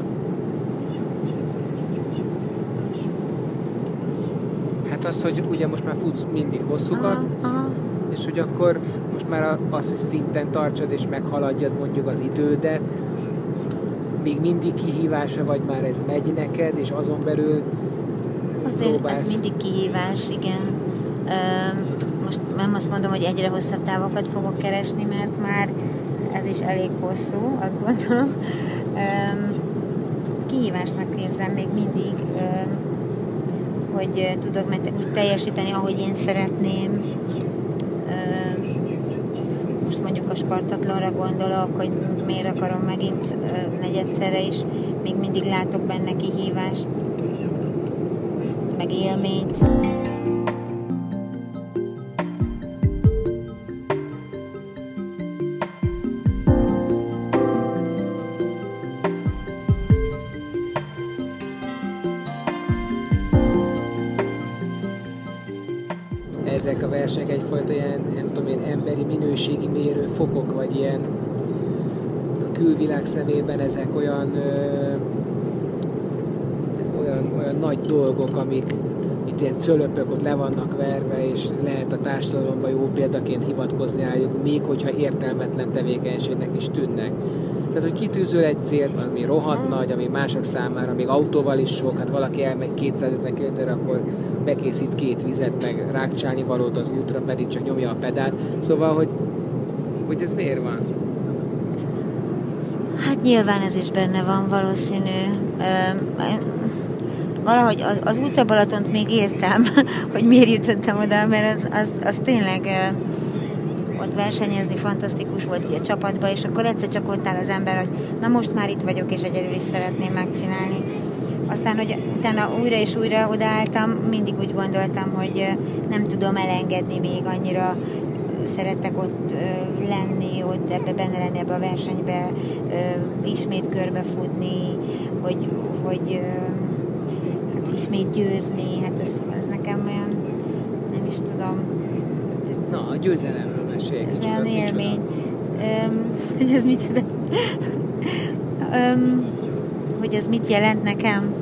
Hát az, hogy ugye most már futsz mindig hosszukat, és hogy akkor most már az, hogy szinten tartsad és meghaladjad mondjuk az idődet, még mindig kihívása, vagy már ez megy neked, és azon belül próbálsz... Ez mindig kihívás, igen. Most nem azt mondom, hogy egyre hosszabb távokat fogok keresni, mert már ez is elég hosszú, azt gondolom. Kihívásnak érzem még mindig, hogy tudok úgy teljesíteni, ahogy én szeretném. Most mondjuk a Spartatlonra gondolok, hogy miért akarom megint negyedszerre is. Még mindig látok benne kihívást, meg élményt. Ezek a versenyek egyfajta ilyen, nem tudom én, emberi minőségi mérő fokok, vagy ilyen a külvilág szemében ezek olyan nagy dolgok, amik itt ilyen cölöpök ott le vannak verve, és lehet a társadalomban jó példaként hivatkozni rájuk, még hogyha értelmetlen tevékenységnek is tűnnek. Tehát, hogy kitűzöl egy célt, ami rohadt nagy, ami mások számára, még autóval is sok, hát valaki elmegy 250 km-re, akkor bekészít 2 vizet, meg rákcsálni valót az útra, pedig csak nyomja a pedált. Szóval, hogy ez miért van? Hát nyilván ez is benne van, valószínű. Valahogy az Ultra Balatont még értem, hogy miért jutottam oda, mert az tényleg ott versenyezni fantasztikus volt ugye csapatban, és akkor egyszer csak ott áll az ember, hogy na most már itt vagyok, és egyedül is szeretném megcsinálni. Aztán, hogy utána újra és újra odaálltam, mindig úgy gondoltam, hogy nem tudom elengedni még annyira, szeretek ott lenni, ott benne lenni ebbe a versenybe, ismét körbefutni, hogy hát ismét győzni, hát ez nekem olyan, nem is tudom. Na, a győzelemről mesélj. Ez olyan élmény. Hogy ez mit hogy ez mit jelent nekem?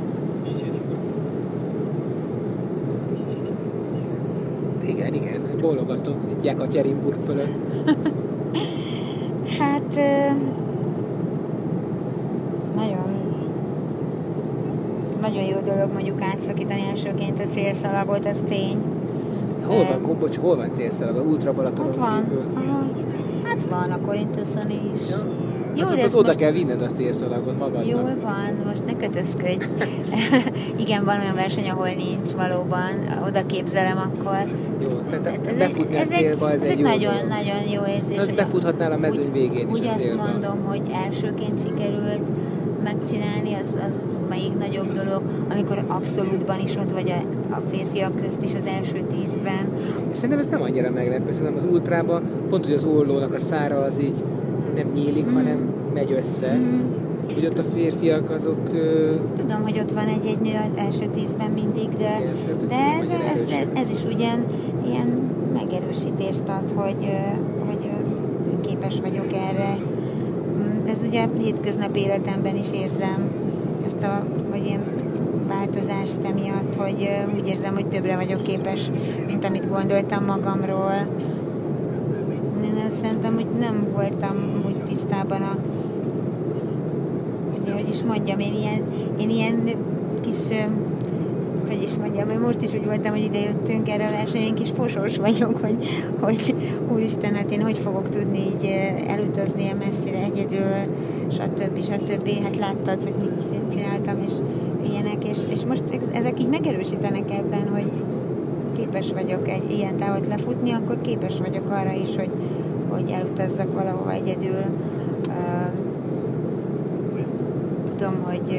Igen, bólogatok itt Jekaterinburg fölött. Hát nagyon jó dolog mondjuk átszakítani elsőként a célszalagot, ez tény. Hol van célszalag? A Ultra Balatonon kívül? Hát van a Korintuson is. Ja. Jó, hát oda kell vinned azt élszalagot magadnak. Jól van, most ne kötözködj. Igen, van olyan verseny, ahol nincs valóban, oda képzelem akkor. Jó, tehát befutni a célba, ez egy jó nagyon jó érzés. Azt befuthatnál a mezőny végén is a célba. Úgy azt mondom, hogy elsőként sikerült megcsinálni, az még nagyobb dolog, amikor abszolútban is ott vagy a férfiak közt is az első 10-ben. Szerintem ez nem annyira meglepő, szerintem az ultrában pont, hogy az ollónak a szára az így nem nyílik, hanem megy össze. Úgy ott a férfiak azok... Tudom, hogy ott van egy nő az első 10-ben mindig, de ez is ugyan ilyen megerősítést ad, hogy képes vagyok erre. Ez ugye hétköznapi életemben is érzem ezt hogy ilyen változást emiatt, hogy úgy érzem, hogy többre vagyok képes, mint amit gondoltam magamról. Én szerintem, hogy nem voltam úgy tisztában hogy is mondjam, én ilyen kis, hogy is mondjam, mert most is úgy voltam, hogy ide jöttünk erre a versenyen, kis fosós vagyok, hogy úristen, hát én hogy fogok tudni így elutazni ilyen messzire egyedül, stb. Hát láttad, hogy mit csináltam, és ilyenek, és most ezek így megerősítenek ebben, hogy képes vagyok egy ilyen távot lefutni, akkor képes vagyok arra is, hogy elutazzak valahova egyedül. Tudom, hogy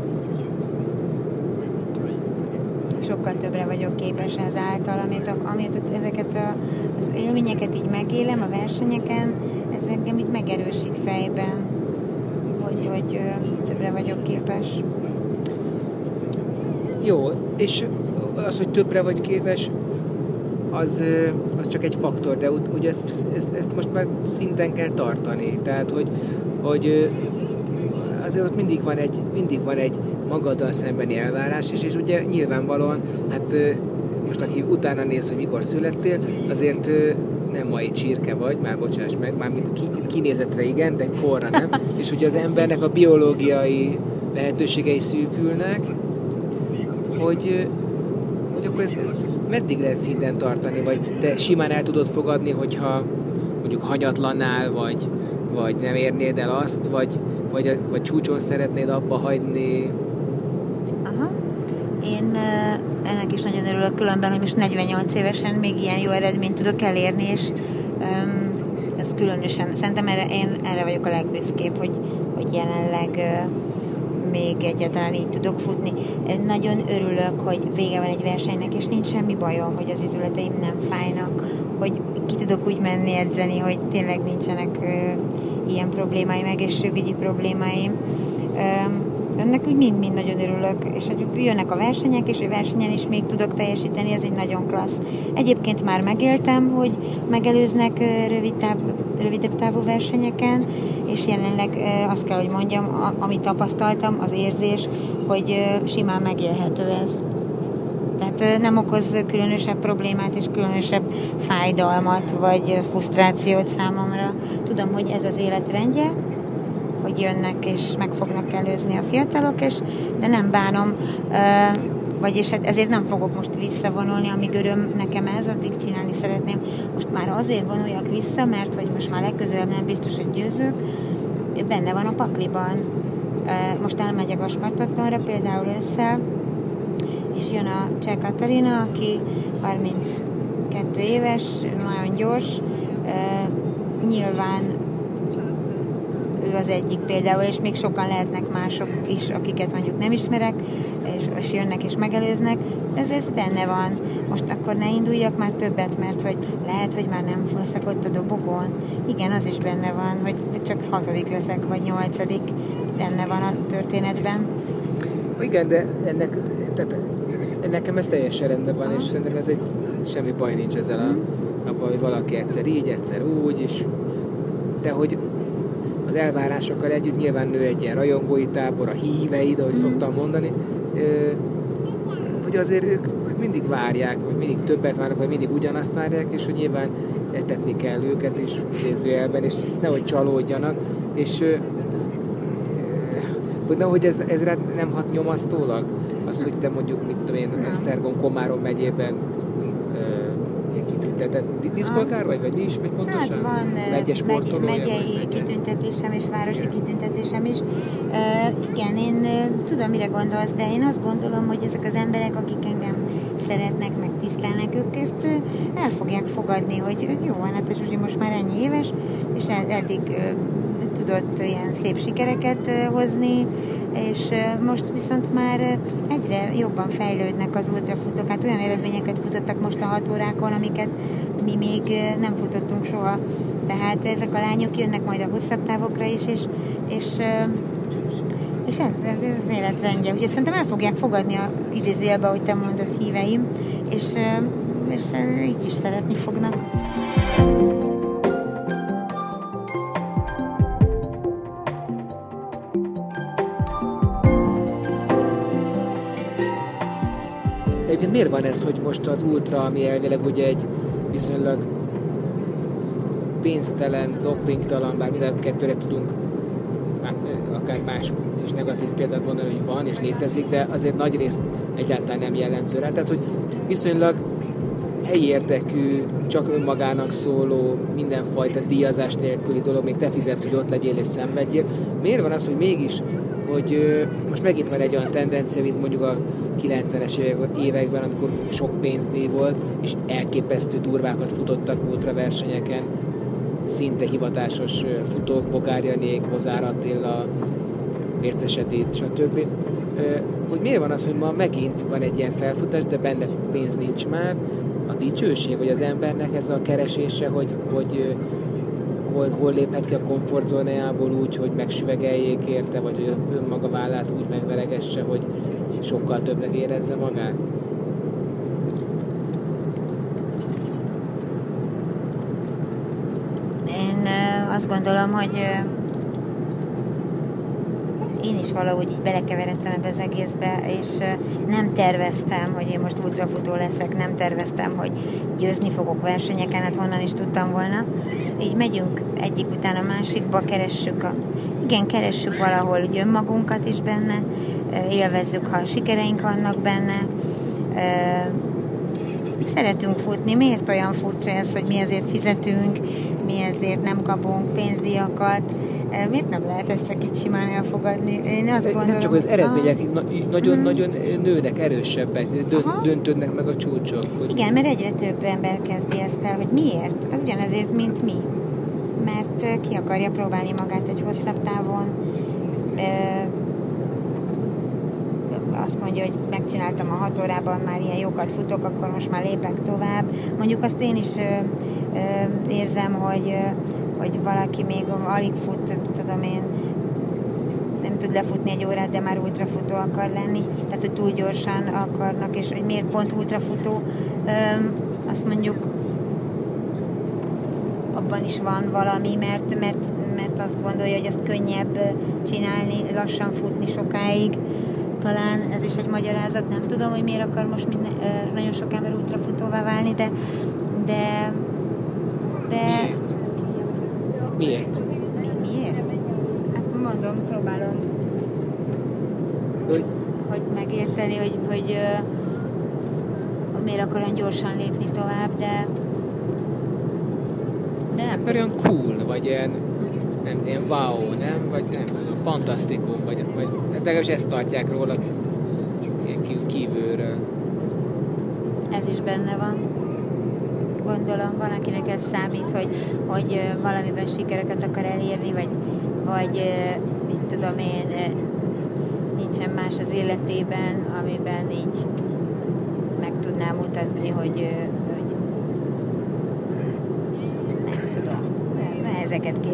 sokkal többre vagyok képes ezáltal, amit ezeket az élményeket így megélem a versenyeken, ez engem így megerősít fejben, hogy többre vagyok képes. Jó, és az, hogy többre vagy képes, az csak egy faktor, de ugye ezt most már szinten kell tartani. Tehát, hogy azért ott mindig van egy magaddal szembeni elvárás, és ugye nyilvánvalóan, hát most aki utána néz, hogy mikor születtél, azért nem mai csirke vagy, már bocsáss meg, már mint kinézetre igen, de korra nem, és ugye az embernek a biológiai lehetőségei szűkülnek, hogy akkor ez meddig lehet szinten tartani, vagy te simán el tudod fogadni, hogyha mondjuk hanyatlannál, vagy nem érnéd el azt, vagy csúcson szeretnéd abba hagyni? Aha. Én ennek is nagyon örülök, különben, hogy most 48 évesen még ilyen jó eredményt tudok elérni, és ez különösen, szerintem erre vagyok a legbüszkébb, hogy jelenleg még egyáltalán így tudok futni. Nagyon örülök, hogy vége van egy versenynek, és nincs semmi bajom, hogy az izületeim nem fájnak, hogy ki tudok úgy menni edzeni, hogy tényleg nincsenek ilyen problémáim, egészségügyi problémáim. Ennek úgy mind nagyon örülök, és hogy jönnek a versenyek, és a versenyen is még tudok teljesíteni, ez egy nagyon klassz. Egyébként már megéltem, hogy megelőznek rövidebb távú versenyeken, és jelenleg azt kell, hogy mondjam, amit tapasztaltam, az érzés, hogy simán megélhető ez. Tehát nem okoz különösebb problémát és különösebb fájdalmat vagy frusztrációt számomra. Tudom, hogy ez az életrendje, hogy jönnek és meg fognak előzni a fiatalok, de nem bánom, vagyis hát ezért nem fogok most visszavonulni, amíg öröm nekem ez, addig csinálni szeretném. Most már azért vonuljak vissza, mert hogy most már legközelebb nem biztos, hogy győzök, benne van a pakliban. Most elmegyek a Spartatonra, például ősszel, és jön a Cseh Katarina, aki 32 éves, nagyon gyors, nyilván ő az egyik például, és még sokan lehetnek mások is, akiket mondjuk nem ismerek, és jönnek és megelőznek. Ez benne van. Most akkor ne induljak már többet, mert hogy lehet, hogy már nem leszek ott a dobogón. Igen, az is benne van, hogy csak 6. leszek, vagy 8. benne van a történetben. Igen, de nekem ez teljesen rendben van, és szerintem ez semmi baj nincs ezzel abban, hogy valaki egyszer így, egyszer úgy, és de hogy az elvárásokkal együtt nyilván nő egy ilyen rajongói tábor, a híveid, ahogy szoktam mondani, hogy azért ők mindig várják, vagy mindig többet várnak, vagy mindig ugyanazt várják, és hogy nyilván etetni kell őket is idézőjelben, és nehogy csalódjanak, és hogy ez nem hat nyomasztólag? Az, hogy te mondjuk, mit tudom én, Esztergom, Komárom megyében kitüntetett. Diszpolgár vagy mi is, vagy pontosan? Hát van megyei kitüntetésem és városi kitüntetésem is. Igen, én tudom, mire gondolsz, de én azt gondolom, hogy ezek az emberek, akik engem szeretnek, meg tisztelnek, ők ezt el fogják fogadni, hogy jó, hát a Zsuzsi most már ennyi éves, és eddig tudott ilyen szép sikereket hozni, és most viszont már egyre jobban fejlődnek az ultrafutók. Hát olyan eredményeket futottak most a 6 órákon, amiket mi még nem futottunk soha. Tehát ezek a lányok jönnek majd a hosszabb távokra is, és ez az életrendje. Úgyhogy szerintem el fogják fogadni a idézőjelben, ahogy te mondod, híveim, és így is szeretni fognak. Egyébként miért van ez, hogy most az ultra, ami elvileg ugye egy viszonylag pénztelen, dopingtalan, bár mind a kettőre tudunk akár más és negatív példát mondani, hogy van és létezik, de azért nagy részt egyáltalán nem jellemző rá. Tehát, hogy viszonylag helyi érdekű, csak önmagának szóló, mindenfajta díjazás nélküli dolog, még te fizetsz, hogy ott legyél és szenvedjél. Miért van az, hogy mégis, hogy most megint van egy olyan tendencia, mint mondjuk a 90-es években, amikor sok pénzdíj volt, és elképesztő durvákat futottak ultraversenyeken, szinte hivatásos futók, Bogár Janék, Bozár Attila, Mérces Edith, stb. Hogy miért van az, hogy ma megint van egy ilyen felfutás, de benne pénz nincs már, a dicsőség, vagy az embernek ez a keresése, hogy hol léphet ki a komfortzónájából úgy, hogy megsüvegeljék érte, vagy hogy önmaga vállát úgy megveregesse, hogy sokkal többnek érezze magát? Én azt gondolom, hogy én is valahogy így belekeveredtem ebbe az egészbe, és nem terveztem, hogy én most ultrafutó leszek, nem terveztem, hogy győzni fogok versenyeken, hát honnan is tudtam volna. Így megyünk egyik után a másikba, keressük valahol úgy önmagunkat is benne, élvezzük, ha sikereink vannak benne, szeretünk futni. Miért olyan furcsa ez, hogy mi ezért fizetünk, mi ezért nem kapunk pénzdíjakat? Miért nem lehet ezt csak így simán elfogadni? Én azt gondolom... Nem csak, hogy az eredmények nagyon-nagyon nőnek, erősebbek, döntődnek meg a csúcsok. Hogy... Igen, mert egyre több ember kezdi ezt el, hogy miért? Ugyanezért, mint mi. Mert ki akarja próbálni magát egy hosszabb távon. Azt mondja, hogy megcsináltam a 6 órában, már ilyen jókat futok, akkor most már lépek tovább. Mondjuk azt én is érzem, hogy valaki még alig fut, tudom én, nem tud lefutni egy órát, de már ultrafutó akar lenni, tehát hogy túl gyorsan akarnak, és hogy miért pont ultrafutó, azt mondjuk abban is van valami, mert azt gondolja, hogy azt könnyebb csinálni, lassan futni sokáig. Talán ez is egy magyarázat, nem tudom, hogy miért akar most nagyon sok ember ultrafutóvá válni, de Miért? Miért? Hát mondom, próbálom hogy megérteni, hogy miért akar olyan gyorsan lépni tovább, de nem. Hát olyan cool, vagy ilyen wow, nem? Vagy nem tudom, fantasztikum, vagy hát legalábbis ezt tartják róla ilyen kívülről. Ez is benne van. Gondolom, valakinek ez számít, hogy valamiben sikereket akar elérni, vagy mit tudom én, nincsen más az életében, amiben így meg tudná mutatni, hogy nem tudom, ne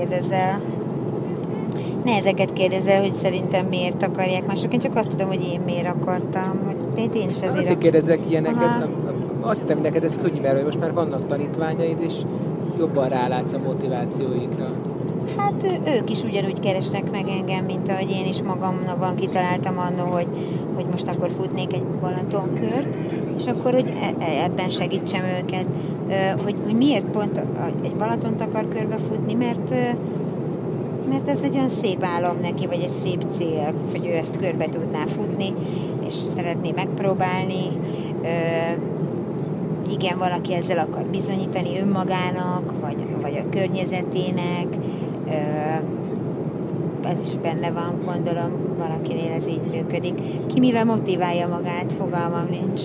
ezeket kérdezel, hogy szerintem miért akarják mások. Én csak azt tudom, hogy én miért akartam, hogy én is azért kérdezek ilyeneket. Azt hittem, hogy neked ez könnyű, mert most már vannak tanítványaid, és jobban rálátsz a motivációikra. Hát ők is ugyanúgy keresnek meg engem, mint ahogy én is magamban kitaláltam annól, hogy most akkor futnék egy Balatonkört, és akkor, hogy ebben segítsem őket. Hogy miért pont egy Balatont akar körbefutni, mert ez egy olyan szép álom neki, vagy egy szép cél, hogy ő ezt körbe tudná futni, és szeretné megpróbálni, igen, valaki ezzel akar bizonyítani önmagának, vagy a környezetének, ez is benne van, gondolom, valakinél ez így működik. Ki mivel motiválja magát, fogalmam nincs.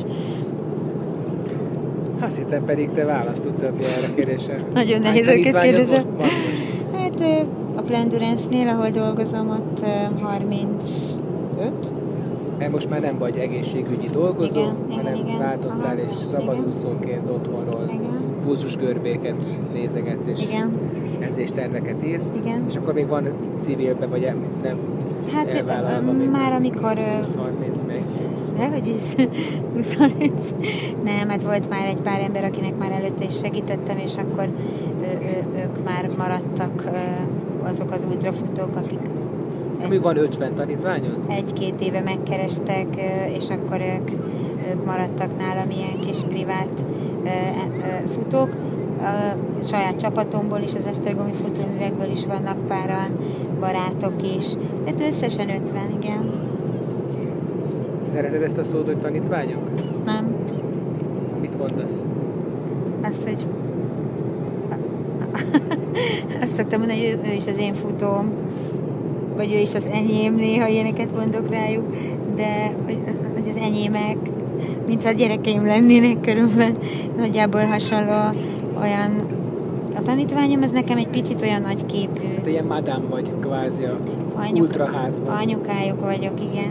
Azt hittem pedig te választ tudsz adni erre a kérdésre. Nagyon nehéz őket kérdezem. Most? Hát a Plendurance-nél, ahol dolgozom, ott 35. Mert most már nem vagy egészségügyi dolgozó, hanem váltottál és szabadúszóként otthonról pulzusgörbéket nézegetsz és edzésterveket írsz. Igen. És akkor még van civilbe, vagy nem elvállalva még már amikor 20-30 meg. Dehogy is, 20-30. Nem, hát volt már egy pár ember, akinek már előtte is segítettem, és akkor ők már maradtak azok az ultrafutók, akik még van 50 tanítványod? 1-2 éve megkerestek, és akkor ők maradtak nálam ilyen kis privát futók. A saját csapatomból is, az esztergomi futóművekből is vannak páran, barátok is. Hát összesen 50, igen. Szereted ezt a szót, hogy tanítványok? Nem. Mit mondasz? Azt, hogy azt szoktam mondani, hogy ő is az én futóm, vagy ő is az enyém, néha ilyeneket mondok rájuk, de hogy az enyémek, mintha a gyerekeim lennének körülbelül, nagyjából hasonló olyan. A tanítványom, ez nekem egy picit olyan nagy képű. Hát ilyen madám vagy kvázi a ultraházban. Anyukájuk vagyok, igen.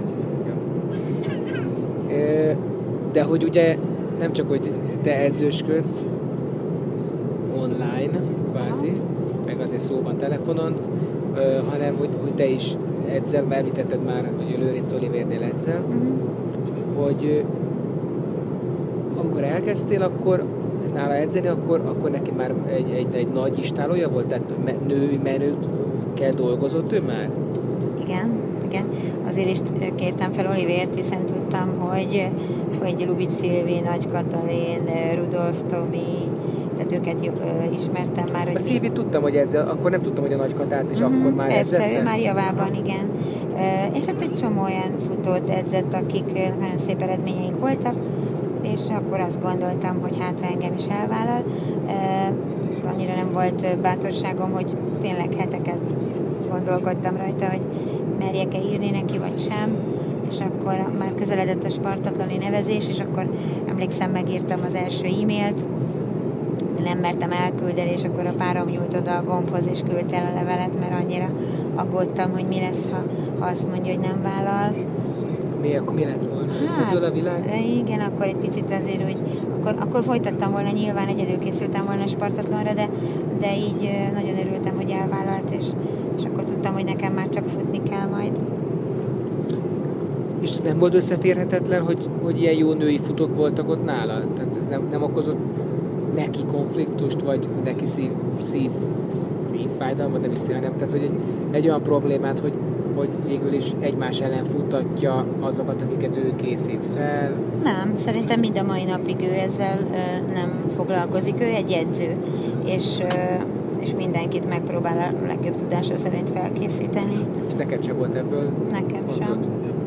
De hogy ugye nem csak, hogy te edzősködsz online, kvázi, meg azért szóban, telefonon, hanem hogy te is edzel, mert említetted már, hogy Lőrinc Olivérnél edzel, hogy amikor elkezdtél, akkor nála edzeni, akkor neki már egy nagy istálója volt? Tehát menőkkel dolgozott ő már? Igen. Azért is kértem fel Olivért, hiszen tudtam, hogy Lubic Szilvi, Nagy Katalin, Rudolf Tomi, tehát őket ismertem már. A Szilvit tudtam, hogy edzel, akkor nem tudtam, hogy a Nagy Katát is akkor már edzette? Persze, ő már javában, igen. És hát egy csomó olyan futót edzett, akik nagyon szép eredményeink voltak, és akkor azt gondoltam, hogy hát engem is elvállal. Annyira nem volt bátorságom, hogy tényleg heteket gondolkodtam rajta, hogy merjek-e írni neki, vagy sem. És akkor már közeledett a spartatloni nevezés, és akkor emlékszem, megírtam az első e-mailt, nem mertem elküldeni, és akkor a párom nyújt oda a gombhoz, és küldte el a levelet, mert annyira aggódtam, hogy mi lesz, ha azt mondja, hogy nem vállal. Mi lett volna? Összedől a világ? Igen, akkor egy picit azért úgy, akkor folytattam volna, nyilván egyedül készültem volna a spartatlonra, de így nagyon örültem, hogy elvállalt, és akkor tudtam, hogy nekem már csak futni kell majd. És ez nem volt összeférhetetlen, hogy ilyen jó női futók voltak ott nála? Tehát ez nem okozott neki konfliktust, vagy neki szívfájdalmat, nem is hanem, tehát hogy egy olyan problémát, hogy végül is egymás ellen futtatja azokat, akiket ő készít fel. Nem, szerintem mind a mai napig ő ezzel nem foglalkozik. Ő egy edző, és mindenkit megpróbál a legjobb tudása szerint felkészíteni. És neked sem volt ebből? Nekem mondod? sem.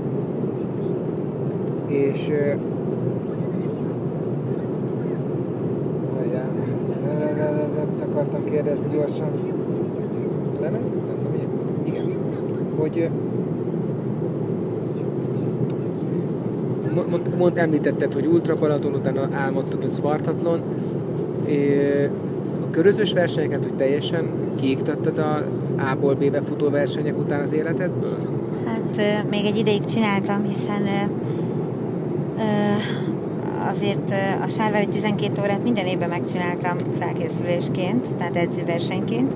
És nem akartam kérdezni gyorsan. Nem, igen. Hogy említetted, hogy ultrapalaton, utána álmodtad, hogy Spartatlon. A körözős versenyeket, hogy teljesen kiiktattad a A-ból B-be futó versenyek után az életedből? Hát még egy ideig csináltam, hiszen azért a Sárvári 12 órát minden évben megcsináltam felkészülésként, tehát edzőversenyként.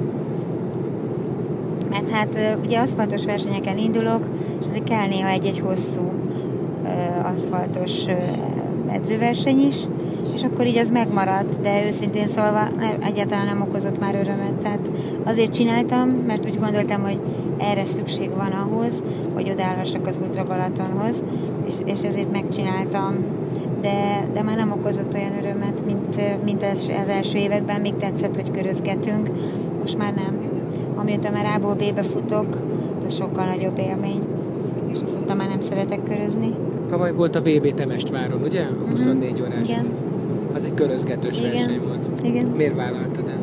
Mert hát ugye aszfaltos versenyeken indulok, és azért kell néha egy-egy hosszú aszfaltos edzőverseny is, és akkor így az megmaradt, de őszintén szólva egyáltalán nem okozott már örömet. Tehát azért csináltam, mert úgy gondoltam, hogy erre szükség van ahhoz, hogy odaállhassak az Ultra Balatonhoz, és ezért megcsináltam. De már nem okozott olyan örömet, mint az első években, még tetszett, hogy körözgetünk. Most már nem. Amióta már A-ból B-be futok, ez sokkal nagyobb élmény. És azóta már nem szeretek körözni. Tavaly volt a VB Temestváron, ugye? A 24 órás. Igen. Az egy körözgetős verseny volt. Igen. Miért vállaltad el?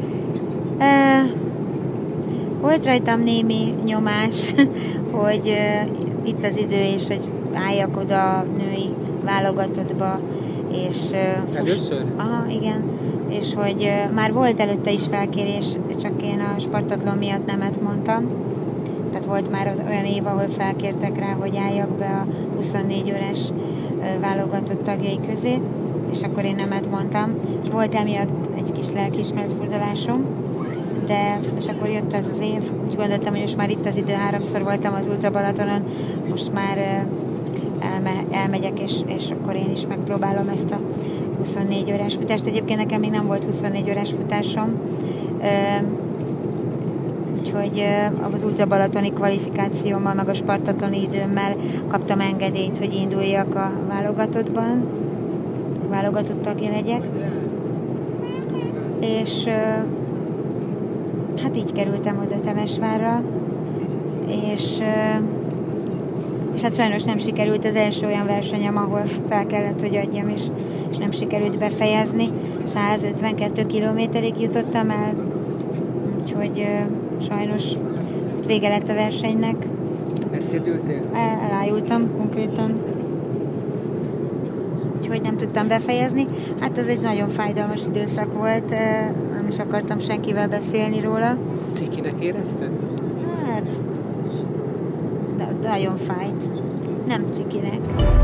Volt rajtam némi nyomás, hogy itt az idő, és hogy álljak oda a női válogatottba, és... Először? Aha, igen. És hogy már volt előtte is felkérés, csak én a Spartatlon miatt nemet mondtam. Tehát volt már olyan év, ahol felkértek rá, hogy álljak be a 24 órás válogatott tagjai közé, és akkor én nemet mondtam. Volt emiatt egy kis lelkiismeretfurdalásom, de és akkor jött ez az év, úgy gondoltam, hogy most már itt az idő, 3-szor voltam az Ultra Balatonon, most már elmegyek, és akkor én is megpróbálom ezt a 24 órás futást. Egyébként nekem még nem volt 24 órás futásom, úgyhogy az Ultra Balatoni kvalifikációmmal, meg a spartatloni időmmel kaptam engedélyt, hogy induljak a válogatottban, válogatott tagja legyek. És hát így kerültem oda Temesvárra, és hát sajnos nem sikerült az első olyan versenyem, ahol fel kellett, hogy adjam, és nem sikerült befejezni. 152 kilométerig jutottam el, úgyhogy sajnos vége lett a versenynek. Elszédültél? Elájultam konkrétan. Úgyhogy nem tudtam befejezni. Hát ez egy nagyon fájdalmas időszak volt, nem is akartam senkivel beszélni róla. Cikinek érezted? Hát, de nagyon fájt. Nem cikinek.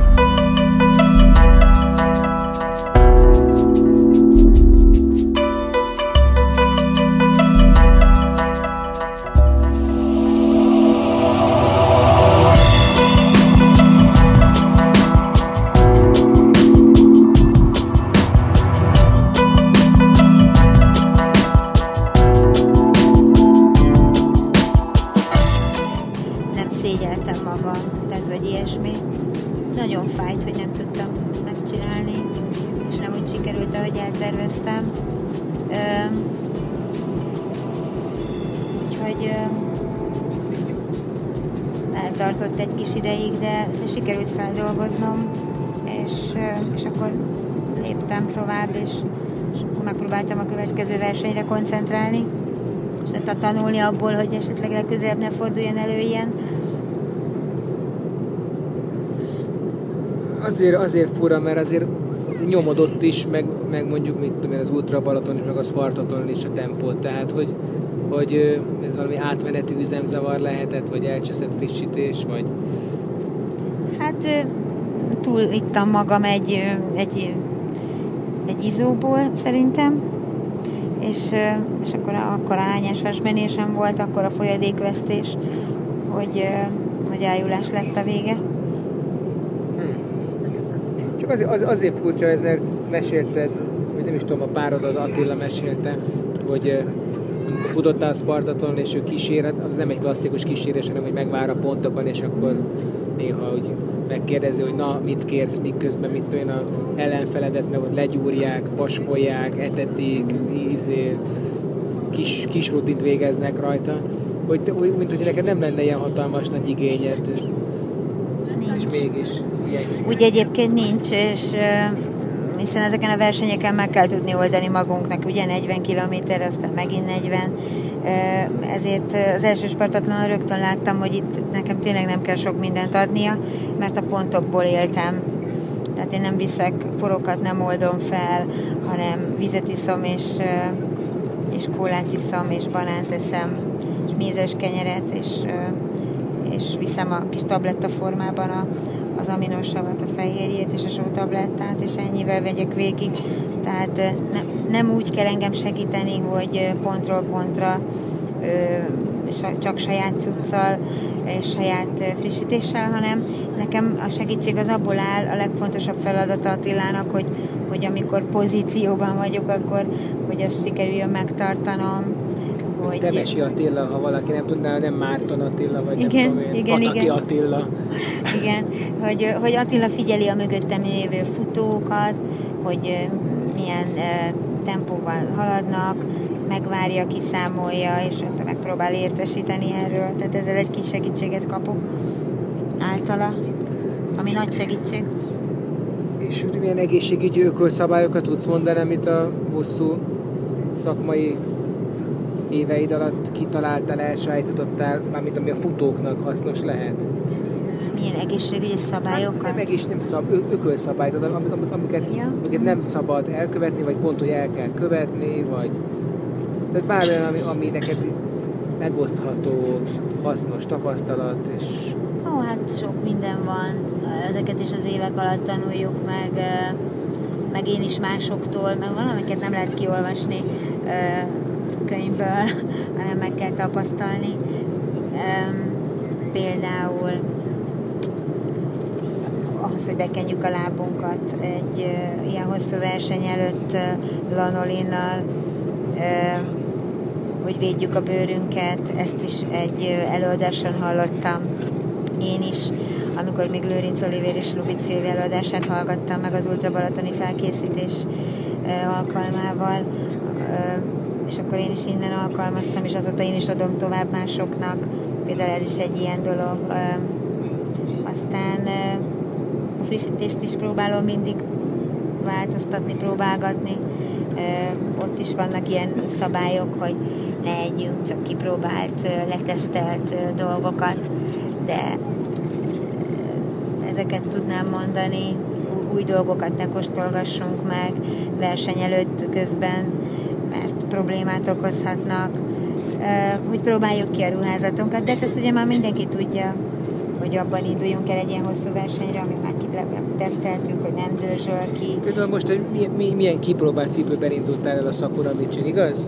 Nagyon fájt, hogy nem tudtam megcsinálni, és nem úgy sikerült, ahogy elterveztem. Úgyhogy eltartott egy kis ideig, de sikerült feldolgoznom, és akkor léptem tovább, és akkor megpróbáltam a következő versenyre koncentrálni, és tanulni abból, hogy esetleg legközelebb ne forduljon elő ilyen. Azért fura, mert azért nyomodott is, meg mondjuk mit tudom én, az Ultra Balaton is, meg a Spartatonon is a tempót, tehát hogy ez valami átmeneti üzemzavar lehetett, vagy elcseszett frissítés, vagy... Hát túl ittam magam egy izóból szerintem, és akkor hányás hasmenésem volt, akkor a folyadékvesztés, hogy ájulás lett a vége. Csak azért furcsa ez, mert mesélted, hogy nem is tudom, a párod, az Attila mesélte, hogy futottál a Spartatlon, és ő kíséret, az nem egy klasszikus kísérés, hanem hogy megvár a pontokon, és akkor néha úgy megkérdezi, hogy na, mit kérsz, miközben mit tudom én, a ellenfeledet, meg ott legyúrják, paskolják, etetik, kis rutint végeznek rajta, mint hogy neked nem lenne ilyen hatalmas nagy igényed. És mégis ilyen. Úgy egyébként nincs, és hiszen ezeken a versenyeken meg kell tudni oldani magunknak, ugye 40 kilométer, aztán megint 40, ezért az első Spartatlonon rögtön láttam, hogy itt nekem tényleg nem kell sok mindent adnia, mert a pontokból éltem. Tehát én nem viszek porokat, nem oldom fel, hanem vizet iszom, és kólát iszom, és banánt eszem, és mézes kenyeret, és viszem a kis tabletta formában az aminosavat, a fehérjét és a sótablettát, és ennyivel vegyek végig. Tehát nem úgy kell engem segíteni, hogy pontról pontra csak saját cuccal és saját frissítéssel, hanem nekem a segítség az abból áll, a legfontosabb feladata Attilának, hogy amikor pozícióban vagyok, akkor hogy ezt sikerüljön megtartanom. Temesi Attila, ha valaki nem tudná, nem Márton Attila, vagy igen, nem tudom én, Pataki Attila. Igen, hogy Attila figyeli a mögöttem lévő futókat, hogy milyen tempóval haladnak, megvárja, kiszámolja, és megpróbál értesíteni erről. Tehát ezzel egy kis segítséget kapok általa, ami nagy segítség. És milyen egészségügyi ökölszabályokat tudsz mondani, amit a hosszú szakmai éveid alatt kitaláltál, elsajátítottál, mármint ami a futóknak hasznos lehet? Milyen egészségügyi szabályokat? Nem ökölszabályok, amiket nem szabad elkövetni, vagy pont, hogy el kell követni, vagy tehát bármilyen, ami neked megosztható, hasznos tapasztalat, és... Hát sok minden van. Ezeket is az évek alatt tanuljuk meg én is másoktól, meg valamiket nem lehet kiolvasni könyvből, hanem meg kell tapasztalni. Például ahhoz, hogy bekenjük a lábunkat egy ilyen hosszú verseny előtt lanolinnal, hogy védjük a bőrünket, ezt is egy előadáson hallottam én is, amikor még Lőrinc Olivér és Lubit Szilvi előadását hallgattam meg az Ultra Balatoni felkészítés alkalmával, és akkor én is innen alkalmaztam, és azóta én is adom tovább másoknak. Például ez is egy ilyen dolog. Aztán a frissítést is próbálom mindig változtatni, próbálgatni. Ott is vannak ilyen szabályok, hogy ne együnk csak kipróbált, letesztelt dolgokat, de ezeket tudnám mondani, új dolgokat ne kóstolgassunk meg verseny előtt közben, mert problémát okozhatnak, hogy próbáljuk ki a ruházatunkat, de ezt ugye már mindenki tudja, hogy abban induljunk el egy ilyen hosszú versenyre, amit már teszteltünk, hogy nem dörzsöl ki. Például most milyen kipróbált cipőben indultál el a Sakura Michin, igaz?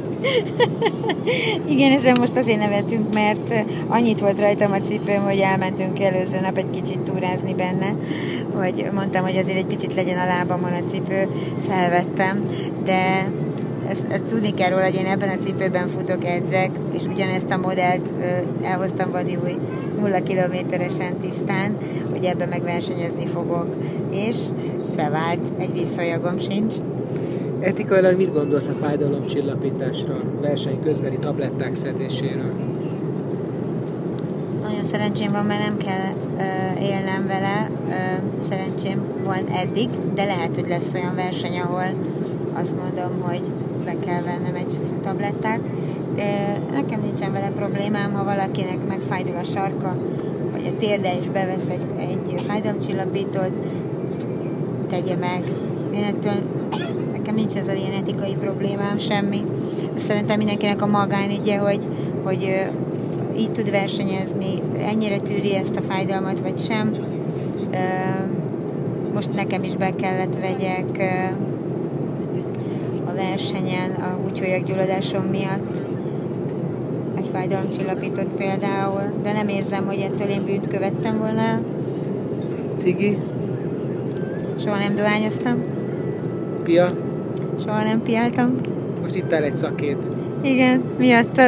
Igen, ezen most azért nevetünk, mert annyit volt rajtam a cipőm, hogy elmentünk előző nap egy kicsit túrázni benne, hogy mondtam, hogy azért egy picit legyen a lábamon a cipő, felvettem, de ezt tudni kell róla, hogy én ebben a cipőben futok, edzek, és ugyanezt a modellt elhoztam vadiúj 0 kilométeresen tisztán, hogy ebben megversenyezni fogok, és bevált, egy vízhajagom sincs. Etikailag mit gondolsz a fájdalomcsillapításról, verseny közbeni tabletták szedéséről? Nagyon szerencsém van, mert nem kell élnem vele, szerencsém van eddig, de lehet, hogy lesz olyan verseny, ahol azt mondom, hogy be kell vennem egy tablettát. Nekem nincsen vele problémám, ha valakinek megfájdul a sarka, vagy a térde, és bevesz egy fájdalomcsillapítót, tegye meg. Én ettől nekem nincs ez a ilyen etikai problémám, semmi. Szerintem mindenkinek a magánügye, hogy így tud versenyezni, ennyire tűri ezt a fájdalmat, vagy sem. Most nekem is be kellett vegyek a versenyen a húgyholyaggyulladásom miatt egy fájdalomcsillapítót például, de nem érzem, hogy ettől én bűnt követtem volna. Cigi? Soha nem dohányoztam. Pia? Soha nem piáltam. Most itt áll egy szakét. Igen, miattad.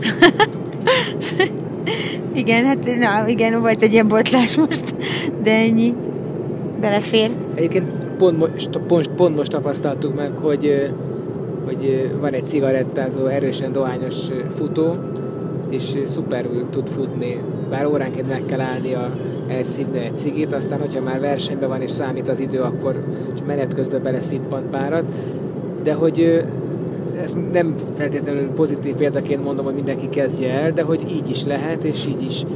Igen, hát igen, volt egy ilyen botlás most, de ennyi. Belefér. Egyébként pont most tapasztaltuk meg, hogy van egy cigarettázó, erősen dohányos futó, és szuperül tud futni. Bár óránként meg kell állnia, elszívni egy cigit, aztán, hogyha már versenyben van és számít az idő, akkor menet közben beleszippant párat. De hogy ezt nem feltétlenül pozitív példaként mondom, hogy mindenki kezdje el, de hogy így is lehet, és így is.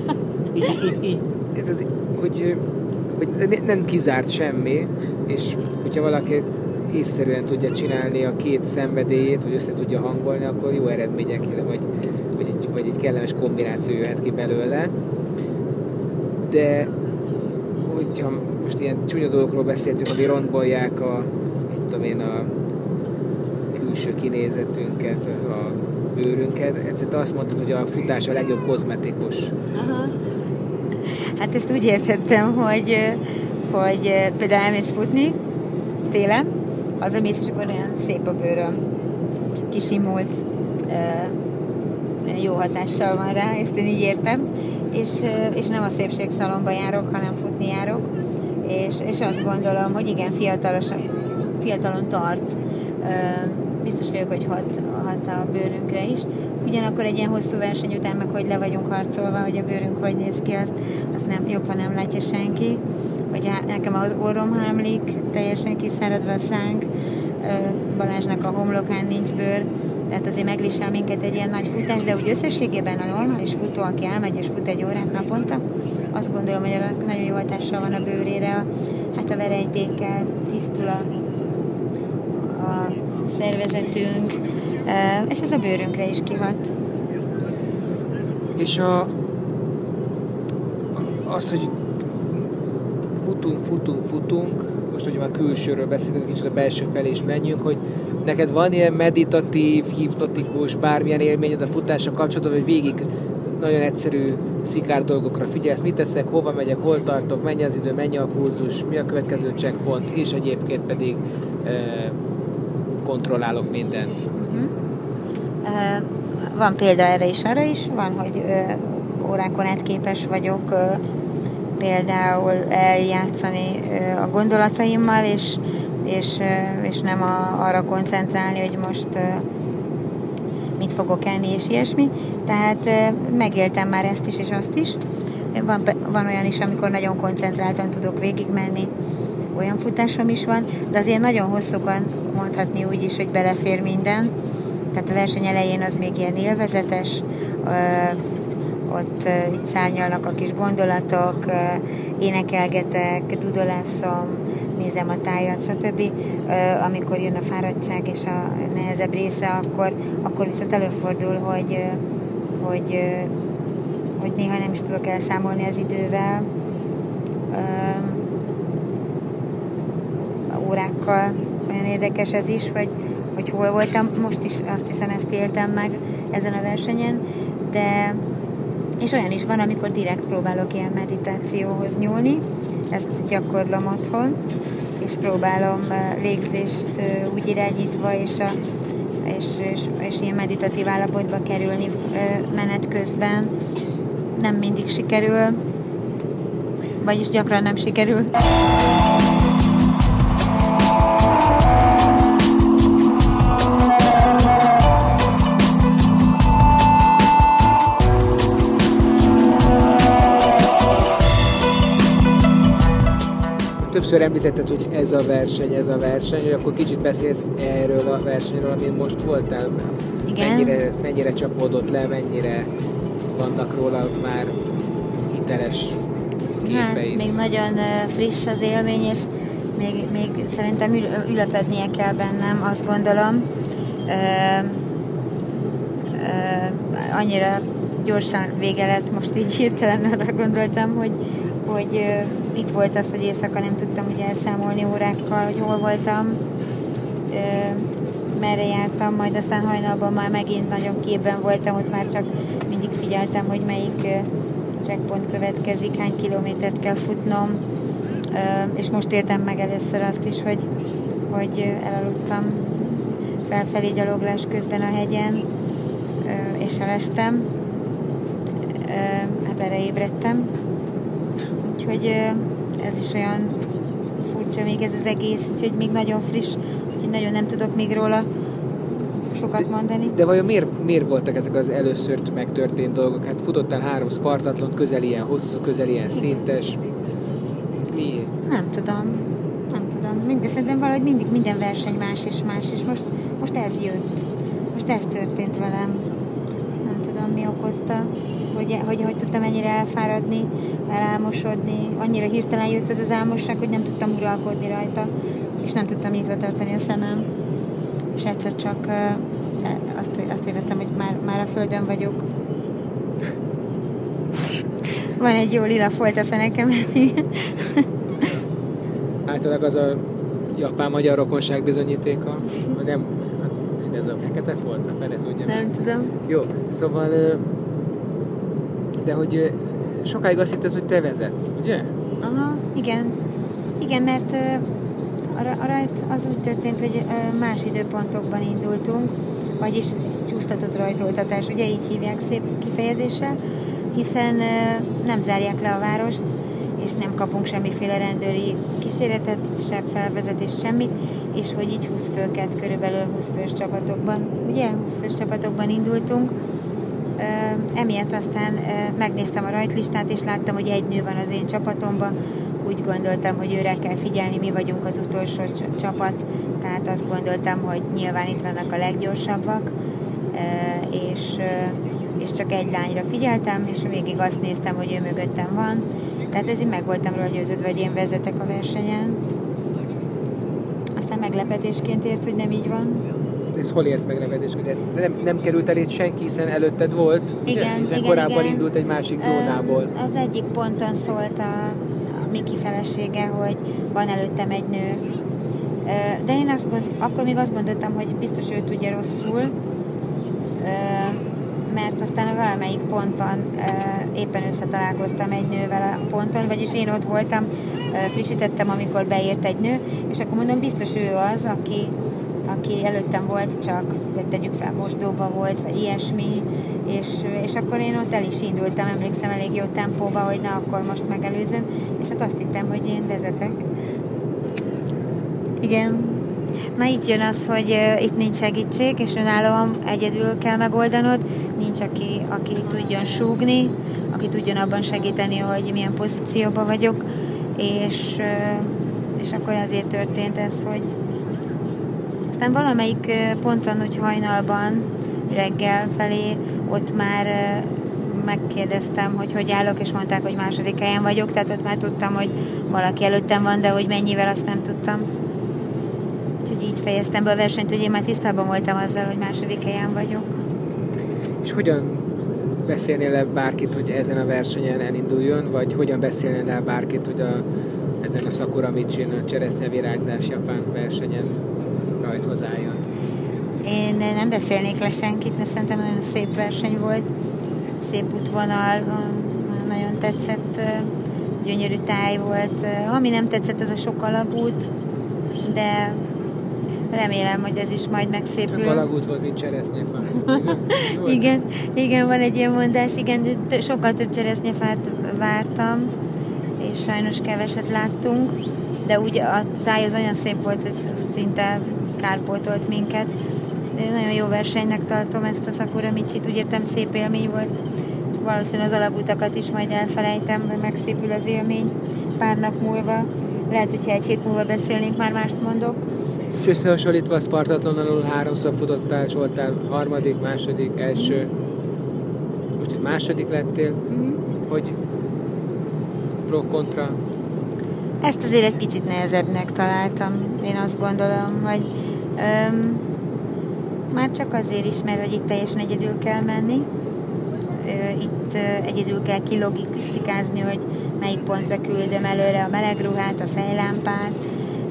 Hogy nem kizárt semmi, és hogyha valaki észszerűen tudja csinálni a két szenvedélyét, hogy össze tudja hangolni, akkor jó eredmények, vagy egy kellemes kombináció jöhet ki belőle. De hogyha most ilyen csúnya dolgokról beszéltünk, ami rombolják a külső kinézetünket, a bőrünket, egyszerűen azt mondtad, hogy a futás a legjobb kozmetikus. Aha. Hát ezt úgy értettem, hogy például elmész futni télen, hazamész, és akkor olyan szép a bőröm, kisimult, jó hatással van rá, ezt én így értem, és nem a szépségszalonba járok, hanem futni járok, és azt gondolom, hogy igen, fiatalon tart, biztos vagyok, hogy hat a bőrünkre is. Ugyanakkor egy ilyen hosszú verseny után, meg hogy le vagyunk harcolva, hogy a bőrünk hogy néz ki, azt nem, jobb, ha nem látja senki. hogy nekem az orrom hámlik, teljesen kiszáradva a szánk, Balázsnak a homlokán nincs bőr, tehát azért megvisel minket egy ilyen nagy futás, de úgy összességében a normális futó, aki elmegy és fut egy órát naponta, azt gondolom, hogy nagyon jó hatással van a bőrére, hát a verejtékkel tisztul a szervezetünk, és ez a bőrünkre is kihat. És az, hogy futunk, most hogy már külsőről beszélünk, kicsit a belső felé is menjünk, hogy neked van ilyen meditatív, hipnotikus, bármilyen élményed a futással kapcsolatban, hogy végig nagyon egyszerű szikár dolgokra figyelsz, mit teszek, hova megyek, hol tartok, mennyi az idő, mennyi a pulzus, mi a következő checkpoint, és egyébként pedig kontrollálok mindent. Van példa erre is, arra is, van, hogy órákon át képes vagyok például eljátszani a gondolataimmal, és nem arra koncentrálni, hogy most mit fogok enni, és ilyesmi. Tehát megéltem már ezt is, és azt is. Van olyan is, amikor nagyon koncentráltan tudok végigmenni, olyan futásom is van, de azért nagyon hosszúkan mondhatni úgy is, hogy belefér minden. Tehát a verseny elején az még ilyen élvezetes, ott így szárnyalnak a kis gondolatok, énekelgetek, dudolászom, nézem a tájat, stb. Amikor jön a fáradtság és a nehezebb része, akkor viszont előfordul, hogy néha nem is tudok elszámolni az idővel, órákkal. Olyan érdekes ez is, hogy hol voltam. Most is azt hiszem, ezt éltem meg ezen a versenyen, de és olyan is van, amikor direkt próbálok ilyen meditációhoz nyúlni, ezt gyakorlom otthon, és próbálom légzést úgy irányítva, és ilyen meditatív állapotba kerülni menet közben. Nem mindig sikerül, vagyis gyakran nem sikerül. Többször említetted, hogy ez a verseny, hogy akkor kicsit beszélsz erről a versenyről, amin most voltál. Igen. Mennyire csapódott le, mennyire vannak róla már hiteles képeid? Hát, még nagyon friss az élmény, és még szerintem ülepednie kell bennem, azt gondolom. Annyira gyorsan vége lett, most így hirtelen arra gondoltam, hogy itt volt az, hogy éjszaka nem tudtam ugye elszámolni órákkal, hogy hol voltam, merre jártam, majd aztán hajnalban már megint nagyon képben voltam, ott már csak mindig figyeltem, hogy melyik checkpoint következik, hány kilométert kell futnom, és most éltem meg először azt is, hogy elaludtam felfelé gyaloglás közben a hegyen, és elestem, hát erre ébredtem. Úgyhogy ez is olyan furcsa még ez az egész, úgyhogy még nagyon friss, úgyhogy nagyon nem tudok még róla sokat mondani. De vajon miért voltak ezek az először megtörtént dolgok? Hát futottál 3 Spartatlont, közel ilyen hosszú, közel ilyen szintes. Mi? Nem tudom. Szerintem valahogy mindig minden verseny más, és most ez jött. Most ez történt velem. Nem tudom, mi okozta, hogy tudtam ennyire elfáradni, elálmosodni. Annyira hirtelen jött ez az álmosság, hogy nem tudtam uralkodni rajta, és nem tudtam nyitva tartani a szemem. És egyszer csak azt éreztem, hogy már a földön vagyok. Van egy jó lila folt a fenekemen. Általában az a japán-magyar rokonság bizonyítéka, vagy nem, ez a fekete folt, a fene tudja. Nem tudom. Jó, szóval, de hogy sokáig azt hitted, hogy te vezetsz, ugye? Aha, igen, mert a rajt az úgy történt, hogy más időpontokban indultunk, vagyis csúsztatott rajtoltatás, ugye így hívják szép kifejezéssel, hiszen nem zárják le a várost, és nem kapunk semmiféle rendőri kíséretet, se felvezetést, semmit, és hogy így 20 főket, körülbelül 20 fős csapatokban, ugye 20 fős csapatokban indultunk. Emiatt aztán megnéztem a rajtlistát, és láttam, hogy egy nő van az én csapatomban, úgy gondoltam, hogy őre kell figyelni, mi vagyunk az utolsó csapat, tehát azt gondoltam, hogy nyilván itt vannak a leggyorsabbak, és csak egy lányra figyeltem, és végig azt néztem, hogy ő mögöttem van. Tehát ezért meg voltam róla győződve, hogy én vezetek a versenyen. Aztán meglepetésként ért, hogy nem így van. Ez hol ért meglepetésként? Nem került eléd senki, hiszen előtted volt, igen, hiszen igen, korábban igen. Indult egy másik zónából. Az egyik ponton szólt a Miki felesége, hogy van előttem egy nő. De én akkor még azt gondoltam, hogy biztos ő tudja rosszul, mert aztán valamelyik ponton éppen összetalálkoztam egy nővel a ponton, vagyis én ott voltam, frissítettem, amikor beért egy nő, és akkor mondom, biztos ő az, aki előttem volt, csak tegyük fel, mosdóba volt, vagy ilyesmi, és akkor én ott el is indultam, emlékszem elég jó tempóba, hogy na, akkor most megelőzöm, és hát azt hittem, hogy én vezetek. Igen. Na itt jön az, hogy itt nincs segítség, és önállóan egyedül kell megoldanod, nincs aki tudjon súgni, aki tudjon abban segíteni, hogy milyen pozícióban vagyok, és akkor azért történt ez, hogy aztán valamelyik ponton, úgy hajnalban, reggel felé, ott már megkérdeztem, hogy állok, és mondták, hogy második helyen vagyok, tehát ott már tudtam, hogy valaki előttem van, de hogy mennyivel, azt nem tudtam. Úgyhogy így fejeztem be a versenyt, hogy én már tisztában voltam azzal, hogy második helyen vagyok. És hogyan beszélnél el bárkit, hogy ezen a versenyen elinduljon, vagy hogyan beszélnél el bárkit, hogy ezen a Sakura Michin, a cseresznyevirágzás japán versenyen rajthoz álljon? Én nem beszélnék le senkit, mert szerintem nagyon szép verseny volt, szép útvonal, nagyon tetszett, gyönyörű táj volt. Ami nem tetszett, az a sok alagút, de remélem, hogy ez is majd megszépül. A alagút volt, mint cseresznyefá. igen, van egy ilyen mondás, igen, sokkal több cseresznyefát vártam, és sajnos keveset láttunk, de úgy a táj az olyan szép volt, hogy szinte kárpótolt minket. Nagyon jó versenynek tartom ezt a Sakura Michit, úgy értem, szép élmény volt. Valószínűleg az alagutakat is majd elfelejtem, vagy megszépül az élmény pár nap múlva. Lehet, hogyha egy hét múlva beszélnénk, már mást mondok. És összehasonlítva a Spartatlonról 3-szor futottál, és voltál harmadik, második, első. Most itt második lettél. Hogy pro-kontra? Ezt azért egy picit nehezebbnek találtam. Én azt gondolom, hogy már csak azért is, mert hogy itt teljesen egyedül kell menni. Itt egyedül kell kilogisztikázni, hogy melyik pontra küldöm előre a melegruhát, a fejlámpát,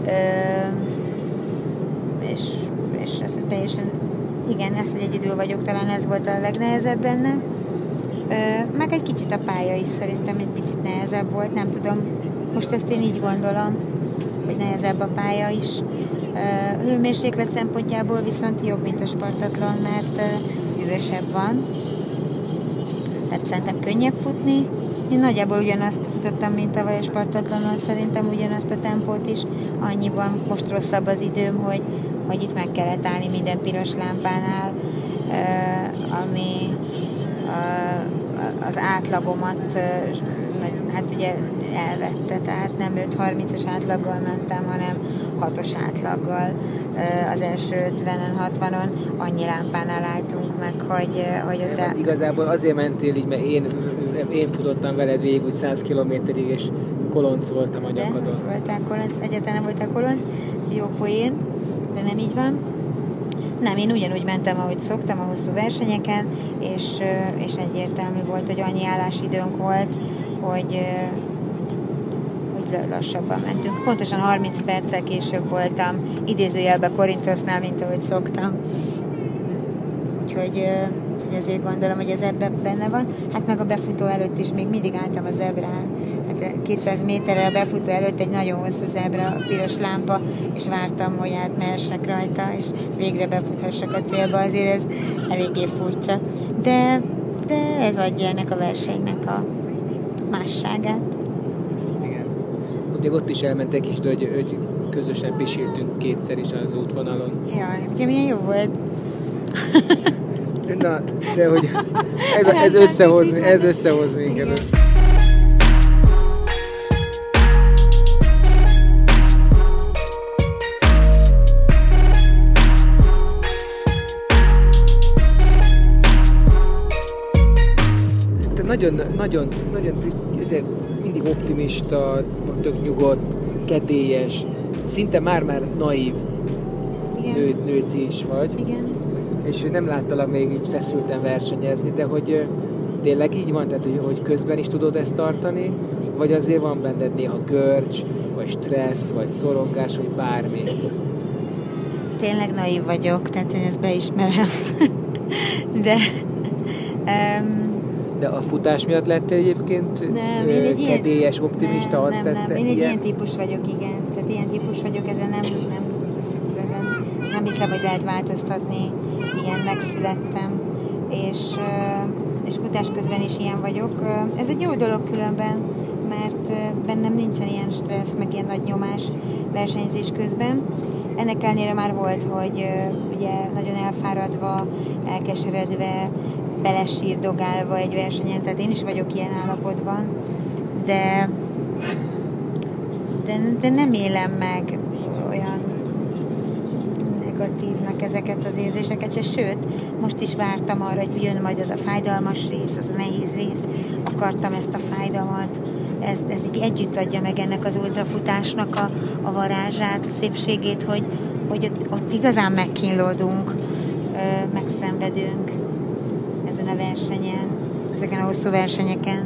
és az, hogy teljesen, igen, ez, hogy egyedül vagyok, talán ez volt a legnehezebb benne. Meg egy kicsit a pálya is szerintem egy picit nehezebb volt, nem tudom, most ezt én így gondolom, hogy nehezebb a pálya is. Hőmérséklet szempontjából viszont jobb, mint a Spartatlon, mert üvösebb van. Tehát szerintem könnyebb futni. Én nagyjából ugyanazt futottam, mint tavaly a Spartatlonon, szerintem ugyanazt a tempót is. Annyiban most rosszabb az időm, hogy itt meg kellett állni minden piros lámpánál, ami az átlagomat hát ugye elvette, tehát nem 5.30-as átlaggal mentem, hanem 6-os átlaggal. Az első 50-en, 60-on annyi lámpánál álltunk meg, hogy ott... Igazából azért mentél így, mert én futottam veled végig úgy 100 kilométerig, és kolonc voltam a nyakadon. De voltál kolonc, egyáltalán nem voltál kolonc, jó poén, de nem így van. Nem, én ugyanúgy mentem, ahogy szoktam a hosszú versenyeken, és egyértelmű volt, hogy annyi állásidőnk volt, hogy lassabban mentünk. Pontosan 30 perccel később voltam, idézőjelben Korintosznál, mint ahogy szoktam. Úgyhogy ezért gondolom, hogy ez ebben benne van. Hát meg a befutó előtt is még mindig álltam a zebrán. Hát 200 méterrel a befutó előtt egy nagyon hosszú zebra, piros lámpa, és vártam, hogy átmehessek rajta, és végre befuthassak a célba. Azért ez eléggé furcsa. De ez adja ennek a versenynek a másságát. Igen. Még ott is elmentek is, de hogy közösen pisiltünk kétszer is az útvonalon. Jaj, ugye milyen jó volt. Na, de hogy ez összehoz minket. nagyon mindig optimista, tök nyugodt, kedélyes, szinte már naív nőci is vagy. Igen. És nem láttalak még így feszülten versenyezni, de hogy tényleg így van, tehát hogy közben is tudod ezt tartani, vagy azért van benned néha görcs, vagy stressz, vagy szorongás, vagy bármi? Tényleg naív vagyok, tehát én ezt beismerem. De a futás miatt lettél egyébként kedélyes, optimista, azt tette? Én egy ilyen típus vagyok, igen. Tehát ilyen típus vagyok, ezen nem hiszem, hogy lehet változtatni. Igen, megszülettem. És futás közben is ilyen vagyok. Ez egy jó dolog különben, mert bennem nincsen ilyen stressz, meg ilyen nagy nyomás versenyzés közben. Ennek ellenére már volt, hogy ugye nagyon elfáradva, elkeseredve, belesírdogálva egy versenyen, tehát én is vagyok ilyen állapotban, de nem élem meg olyan negatívnak ezeket az érzéseket se, sőt, most is vártam arra, hogy jön majd az a fájdalmas rész, az a nehéz rész, akartam ezt a fájdalmat, ez így együtt adja meg ennek az ultrafutásnak a varázsát, a szépségét, hogy ott igazán megkínlódunk, megszenvedünk ezen a versenyen, ezeken a hosszú versenyeken.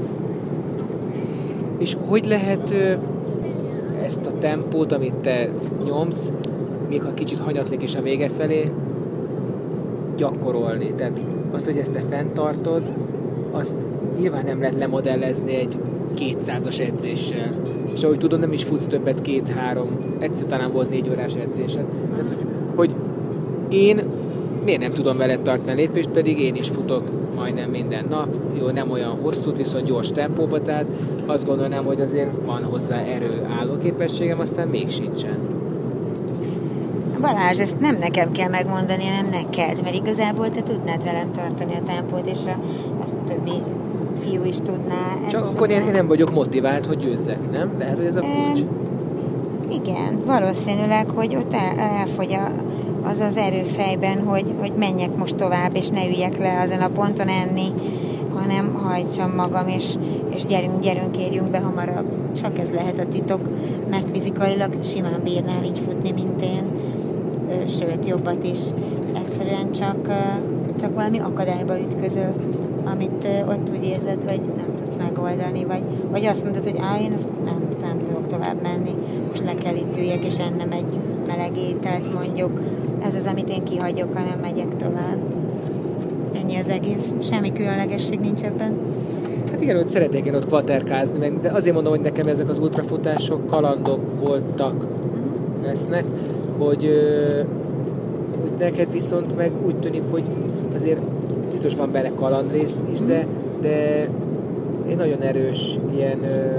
És hogy lehet ezt a tempót, amit te nyomsz, még ha kicsit hanyatlik is a vége felé, gyakorolni? Tehát azt, hogy ezt te fenntartod, azt nyilván nem lehet lemodellezni egy 200-as edzéssel. És ahogy tudom, nem is futsz többet 2-3, egyszer talán volt 4 órás edzésed. Tehát, hogy én miért nem tudom veled tartani a lépést, pedig én is futok majdnem minden nap. Jó, nem olyan hosszút, viszont gyors tempóba, tehát azt gondolnám, hogy azért van hozzá erő, állóképességem, aztán még sincsen. Balázs, ezt nem nekem kell megmondani, hanem neked, mert igazából te tudnád velem tartani a tempót, és a többi fiú is tudná. Csak akkor én nem vagyok motivált, hogy győzzek, nem? Lehet, hogy ez a kulcs? Igen, valószínűleg, hogy ott elfogy az erő fejben, hogy menjek most tovább, és ne üljek le azon a ponton enni, hanem hajtsam magam, és gyerünk, érjünk be hamarabb. Csak ez lehet a titok, mert fizikailag simán bírnál így futni, mint én. Sőt, jobbat is. Egyszerűen csak valami akadályba ütközöl, amit ott úgy érzed, hogy nem tudsz megoldani, vagy azt mondod, hogy én ezt nem tudok tovább menni, most le kell itt üljek, és ennem egy meleg ételt mondjuk. Ez az, amit én kihagyok, hanem megyek tovább. Ennyi az egész. Semmi különlegesség nincs ebben. Hát igen, hogy szeretnék én ott kvaterkázni, de azért mondom, hogy nekem ezek az ultrafutások kalandok voltak, lesznek, hogy neked viszont meg úgy tűnik, hogy azért biztos van bele kalandrész is, de egy nagyon erős ilyen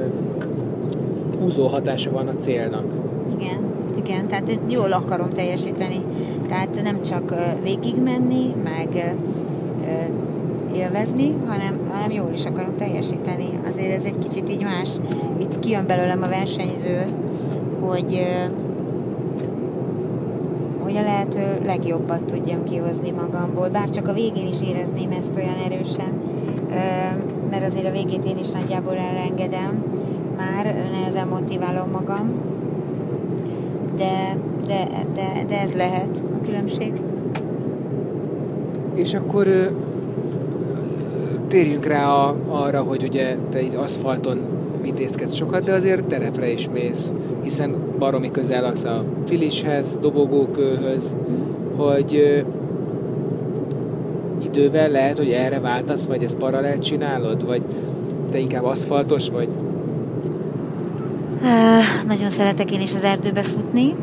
húzó hatása van a célnak. Igen, tehát én jól akarom teljesíteni. Tehát nem csak végigmenni, meg élvezni, hanem jól is akarom teljesíteni. Azért ez egy kicsit így más. Itt kijön belőlem a versenyző, hogy a lehető legjobbat tudjam kihozni magamból. Bár csak a végén is érezném ezt olyan erősen, mert azért a végét én is nagyjából elengedem. Már nehezen motiválom magam, de ez lehet a különbség. És akkor térjünk rá arra, hogy ugye te így aszfalton vitézkedsz sokat, de azért terepre is mész, hiszen baromi közel laksz a filishez, dobogókőhöz, hogy idővel lehet, hogy erre váltasz, vagy ezt paralel csinálod, vagy te inkább aszfaltos vagy? Nagyon szeretek én is az erdőbe futni,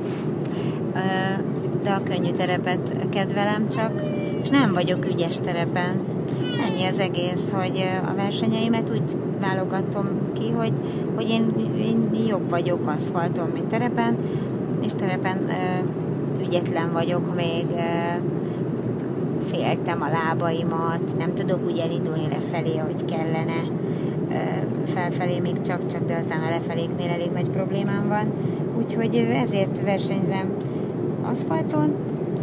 de a könnyű terepet kedvelem csak, és nem vagyok ügyes terepen. Ennyi az egész, hogy a versenyeimet úgy válogatom ki, hogy én jobb vagyok aszfalton, mint terepen, és terepen ügyetlen vagyok, még féltem a lábaimat, nem tudok úgy elindulni lefelé, ahogy kellene, felfelé még csak, de aztán a lefeléknél elég nagy problémám van, úgyhogy ezért versenyzem aszfalton,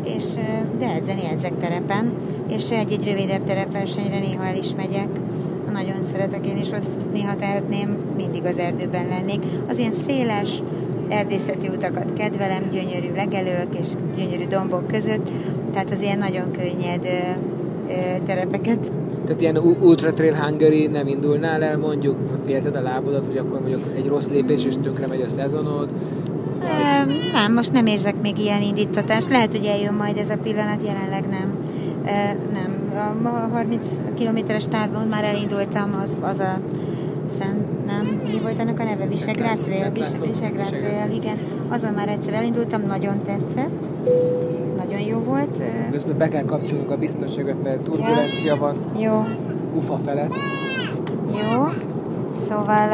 de edzek terepen, és egy rövidebb terepversenyre néha el is megyek. A nagyon szeretek én is ott futni, ha tehetném, mindig az erdőben lennék. Az ilyen széles erdészeti utakat kedvelem, gyönyörű legelők és gyönyörű dombok között, tehát az ilyen nagyon könnyed terepeket. Tehát ilyen Ultra Trail Hungary nem indulnál el, mondjuk félted a lábodat, hogy akkor mondjuk egy rossz lépés és tönkre megy a szezonod? Nem, most nem érzek még ilyen indítatást. Lehet, hogy eljön majd ez a pillanat, jelenleg nem. Nem. A 30 kilométeres távon már elindultam, az a nem, mi volt ennek a neve? Visegrád Trail, igen. Azon már egyszer elindultam, nagyon tetszett. Nagyon jó volt. Közben be kell kapcsolnunk a biztonságot, mert turbulencia van. Jó. Ufa felett. Jó. Szóval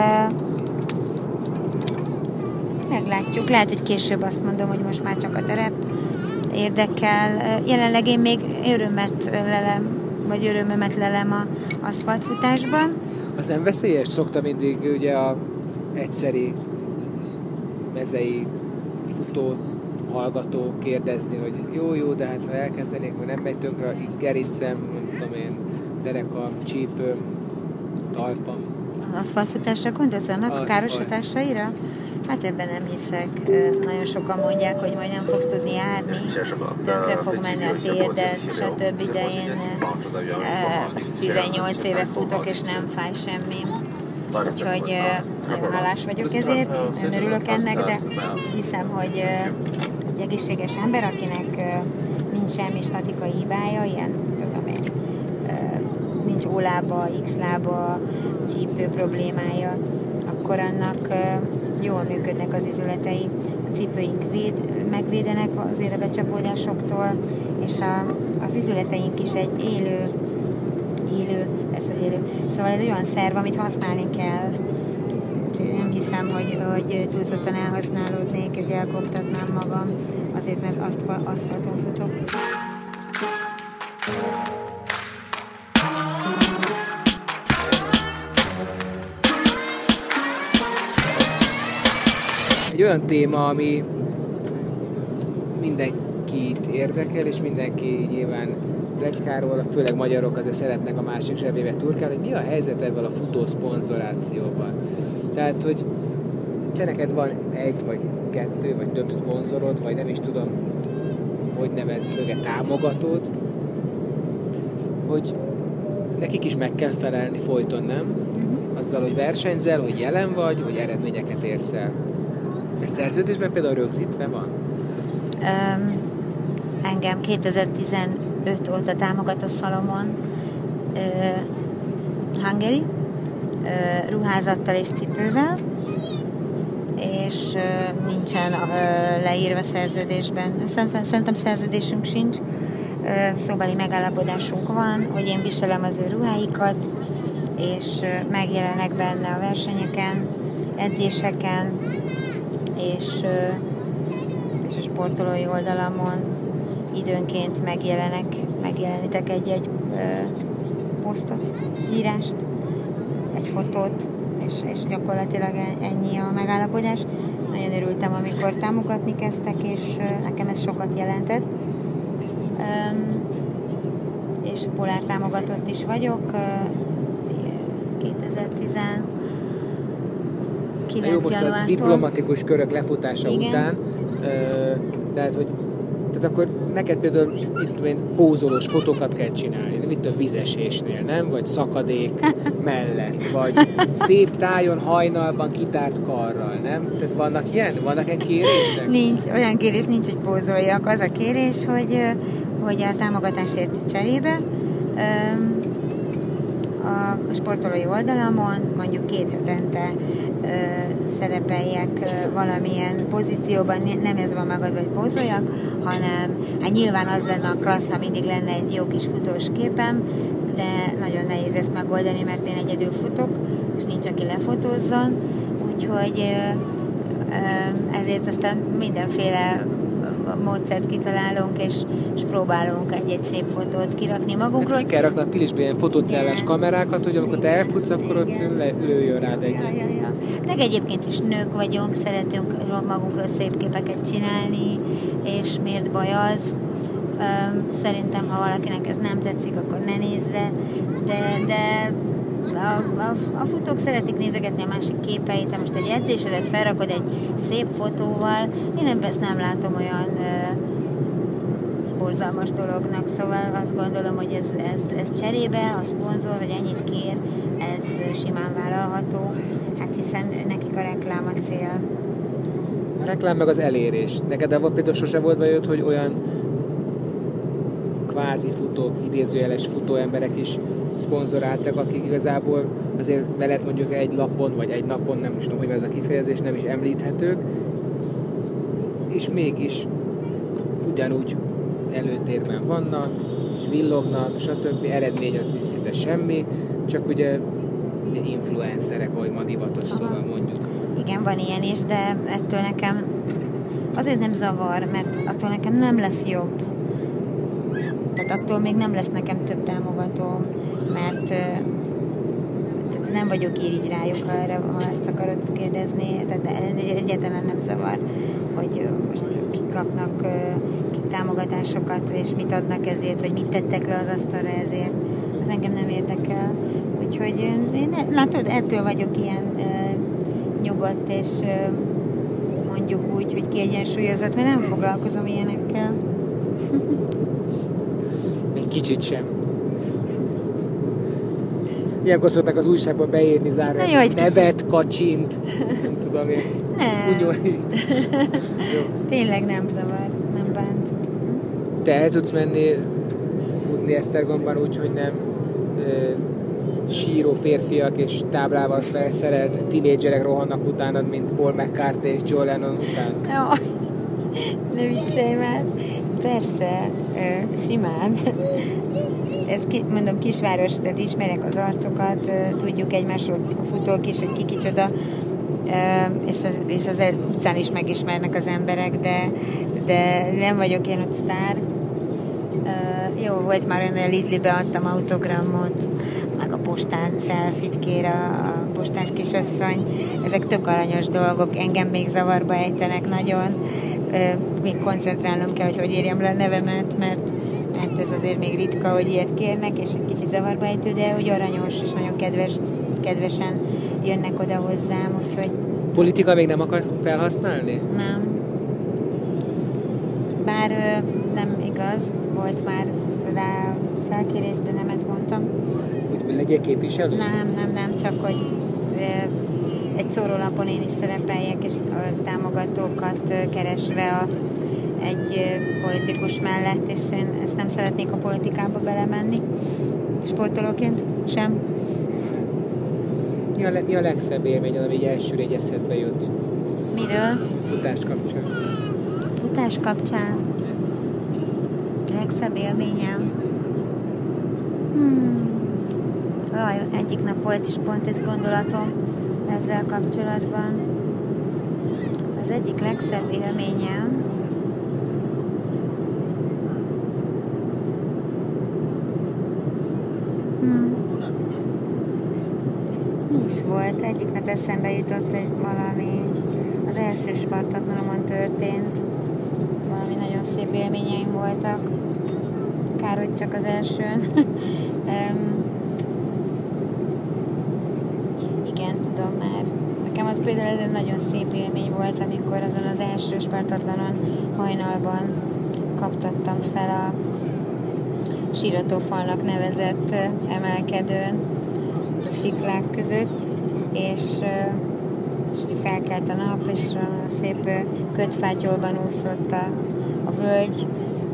meglátjuk. Lehet, hogy később azt mondom, hogy most már csak a terep érdekel. Jelenleg én még örömömet lelem a aszfaltfutásban. Az nem veszélyes? Szoktam mindig ugye a egyszeri mezei futó hallgató kérdezni, hogy jó, de hát ha elkezdenék, hogy nem megy tönkre, gerincem, mondom én, derekam, csípőm, talpam. Az aszfaltfutásra gondolsz, annak a káros hatásaira? Hát ebben nem hiszek. Nagyon sokan mondják, hogy majd nem fogsz tudni járni, tönkre fog menni a térdet, stb. De én 18 éve futok, és nem fáj semmi. Úgyhogy nagyon hálás vagyok ezért, nagyon örülök ennek, de hiszem, hogy egy egészséges ember, akinek nincs semmi statikai hibája, ilyen, tudom én, nincs O-lába, X-lába, csípő problémája, akkor annak jól működnek az izületei. A cipőink megvédenek azért a becsapódásoktól, és az izületeink is egy élő, szóval ez egy olyan szerv, amit használni kell. Nem hiszem, hogy túlzottan elhasználódnék, hogy elkoptatnám magam, azért, mert aszfalton futok. Egy olyan téma, ami mindenkit érdekel, és mindenki nyilván pletykárol, főleg magyarok azért szeretnek a másik zsebébe turkálni, hogy mi a helyzet ebben a futó szponzorációval. Tehát, hogy te neked van egy, vagy kettő, vagy több szponzorod, vagy nem is tudom, hogy nevezzük őket, támogatód, hogy nekik is meg kell felelni folyton, nem? Azzal, hogy versenyzel, hogy jelen vagy, hogy eredményeket érsz el. Ez szerződésben például rögzítve van? Engem 2015 óta támogat a Salomon Hungary ruházattal és cipővel, és nincsen leírva szerződésben. Szerintem szerződésünk sincs. Szóbeli megállapodásunk van, hogy én viselem az ő ruháikat, és megjelenek benne a versenyeken, edzéseken, és a sportolói oldalamon időnként megjelenítek egy posztot, írást, egy fotót, és gyakorlatilag ennyi a megállapodás. Nagyon örültem, amikor támogatni kezdtek, és nekem ez sokat jelentett. És Polár támogatott is vagyok 2019. Jó, most a diplomatikus körök lefutása után, tehát akkor neked például pózolós fotókat kell csinálni, nem itt a vizesésnél, nem? Vagy szakadék mellett, vagy szép tájon, hajnalban kitárt karral, nem? Tehát vannak ilyen kérések? Nincs, olyan kérés nincs, hogy pózoljak. Az a kérés, hogy a támogatásért cserébe a sportolói oldalamon mondjuk 2 hetente szerepeljek valamilyen pozícióban, nem ez van magad, vagy pózoljak, hanem hát nyilván az lenne a klassz, ha mindig lenne egy jó kis futós képem, de nagyon nehéz ezt megoldani, mert én egyedül futok, és nincs, aki lefotózzon, úgyhogy ezért aztán mindenféle módszert kitalálunk, és próbálunk egy szép fotót kirakni magunkról. Hát ki kell rakni a Pilisben ilyen fotócellás kamerákat, hogy amikor te elfutsz, akkor ott lőjön rád egy. Ja. Meg egyébként is nők vagyunk, szeretünk magunkról szép képeket csinálni, és miért baj az? Szerintem, ha valakinek ez nem tetszik, akkor ne nézze, de A futók szeretik nézegetni a másik képeit, de most egy edzésedet felrakod egy szép fotóval, én ebben ezt nem látom olyan borzalmas dolognak, szóval azt gondolom, hogy ez cserébe, a szponzor, hogy ennyit kér, ez simán vállalható, hát hiszen nekik a reklám a cél. A reklám meg az elérés. Neked abban például sose volt bejött, hogy olyan kvázi futók, idézőjeles futóemberek is szponzoráltak, akik igazából azért veled mondjuk egy lapon, vagy egy napon, nem is tudom, hogy ez a kifejezés, nem is említhetők, és mégis ugyanúgy előtérben vannak, és villognak, stb. Eredmény az szinte semmi, csak ugye influencerek, ahogy ma divatos szóval mondjuk. Igen, van ilyen is, de ettől nekem azért nem zavar, mert attól nekem nem lesz jobb. Tehát attól még nem lesz nekem több támogatóm, mert tehát nem vagyok irigy rájuk arra, ha ezt akarod kérdezni, tehát egyáltalán nem zavar, hogy most kik kapnak kik támogatásokat, és mit adnak ezért, vagy mit tettek le az asztalra ezért. Ez engem nem érdekel. Úgyhogy én látod, ettől vagyok ilyen nyugodt, és mondjuk úgy, hogy kiegyensúlyozott, mert nem foglalkozom ilyenekkel. Egy kicsit sem. Ilyenkor szoktak az újságban beírni zárva nevet, kacsint, nem tudom én. Ugyanít. Tényleg nem zavar, nem bánt. Te el tudsz menni futni Esztergomban úgy, hogy nem síró férfiak és táblával felszerelt tinédzserek rohannak utánad, mint Paul McCartney és John Lennon után? Jaj, ne viccelj már. Persze, simán. Ez mondom, kisváros, tehát ismerek az arcokat, tudjuk egymásról a futók is, hogy ki kicsoda, és az utcán is megismernek az emberek, de nem vagyok én ott sztár. Jó, volt már olyan, hogy a Lidl-be adtam autogramot, meg a postán selfie-t kér a postás kisasszony. Ezek tök aranyos dolgok, engem még zavarba ejtenek nagyon. Még koncentrálnom kell, hogy írjam le a nevemet, mert ez azért még ritka, hogy ilyet kérnek, és egy kicsit zavarba ejtő, de úgy aranyos, és nagyon kedvesen jönnek oda hozzám, úgyhogy... Politika még nem akar felhasználni? Nem. Bár nem igaz, volt már rá felkérés, de nemet mondtam. Úgy legyél képviselő? Nem, csak hogy egy szórólapon én is szerepeljek, és támogatókat keresve egy politikus mellett, és én ezt nem szeretnék a politikába belemenni, sportolóként sem. Mi a legszebb élmény, ami így elsőre egy eszedbe jut? Miről? Futás kapcsán. Futás kapcsán? A legszebb élményem? Egyik nap volt is pont egy gondolatom ezzel kapcsolatban. Az egyik legszebb élményem mi is volt? Egyik nap eszembe jutott valami, az első Spartatlanomon történt. Valami nagyon szép élményeim voltak. Kár, hogy csak az elsőn. Igen, tudom már. Nekem az például ez egy nagyon szép élmény volt, amikor azon az első Spartatlanon hajnalban kaptattam fel a síratófalnak nevezett emelkedőn a sziklák között, és felkelt a nap, és a szép kötfátyolban úszott a völgy,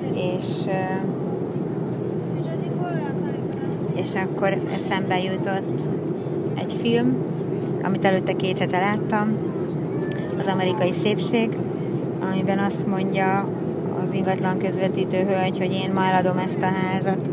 és akkor eszembe jutott egy film, amit előtte 2 hete láttam, az Amerikai Szépség, amiben azt mondja az ingatlan közvetítő hölgy, hogy én ma eladom ezt a házat.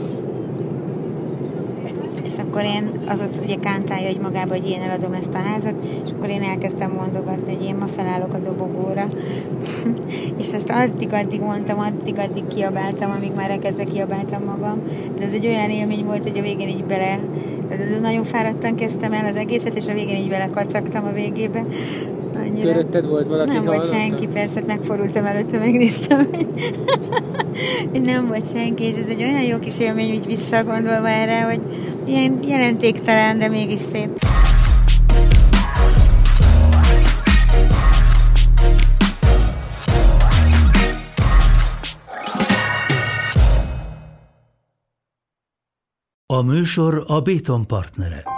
És akkor én, az ott ugye kántálja, hogy magába, hogy én eladom ezt a házat, és akkor én elkezdtem mondogatni, hogy én ma felállok a dobogóra. És ezt addig mondtam, addig kiabáltam, amíg már rekedve kiabáltam magam. De ez egy olyan élmény volt, hogy a végén így nagyon fáradtan kezdtem el az egészet, és a végén így belekacagtam a végébe. Annyira. Körötted volt valaki? Nem volt senki, persze, megfordultam előtte, megnéztem, hogy nem volt senki, és ez egy olyan jó kis élmény, úgy visszagondolva erre, hogy ilyen jelentéktelen, de mégis szép. A műsor a Béton partnere.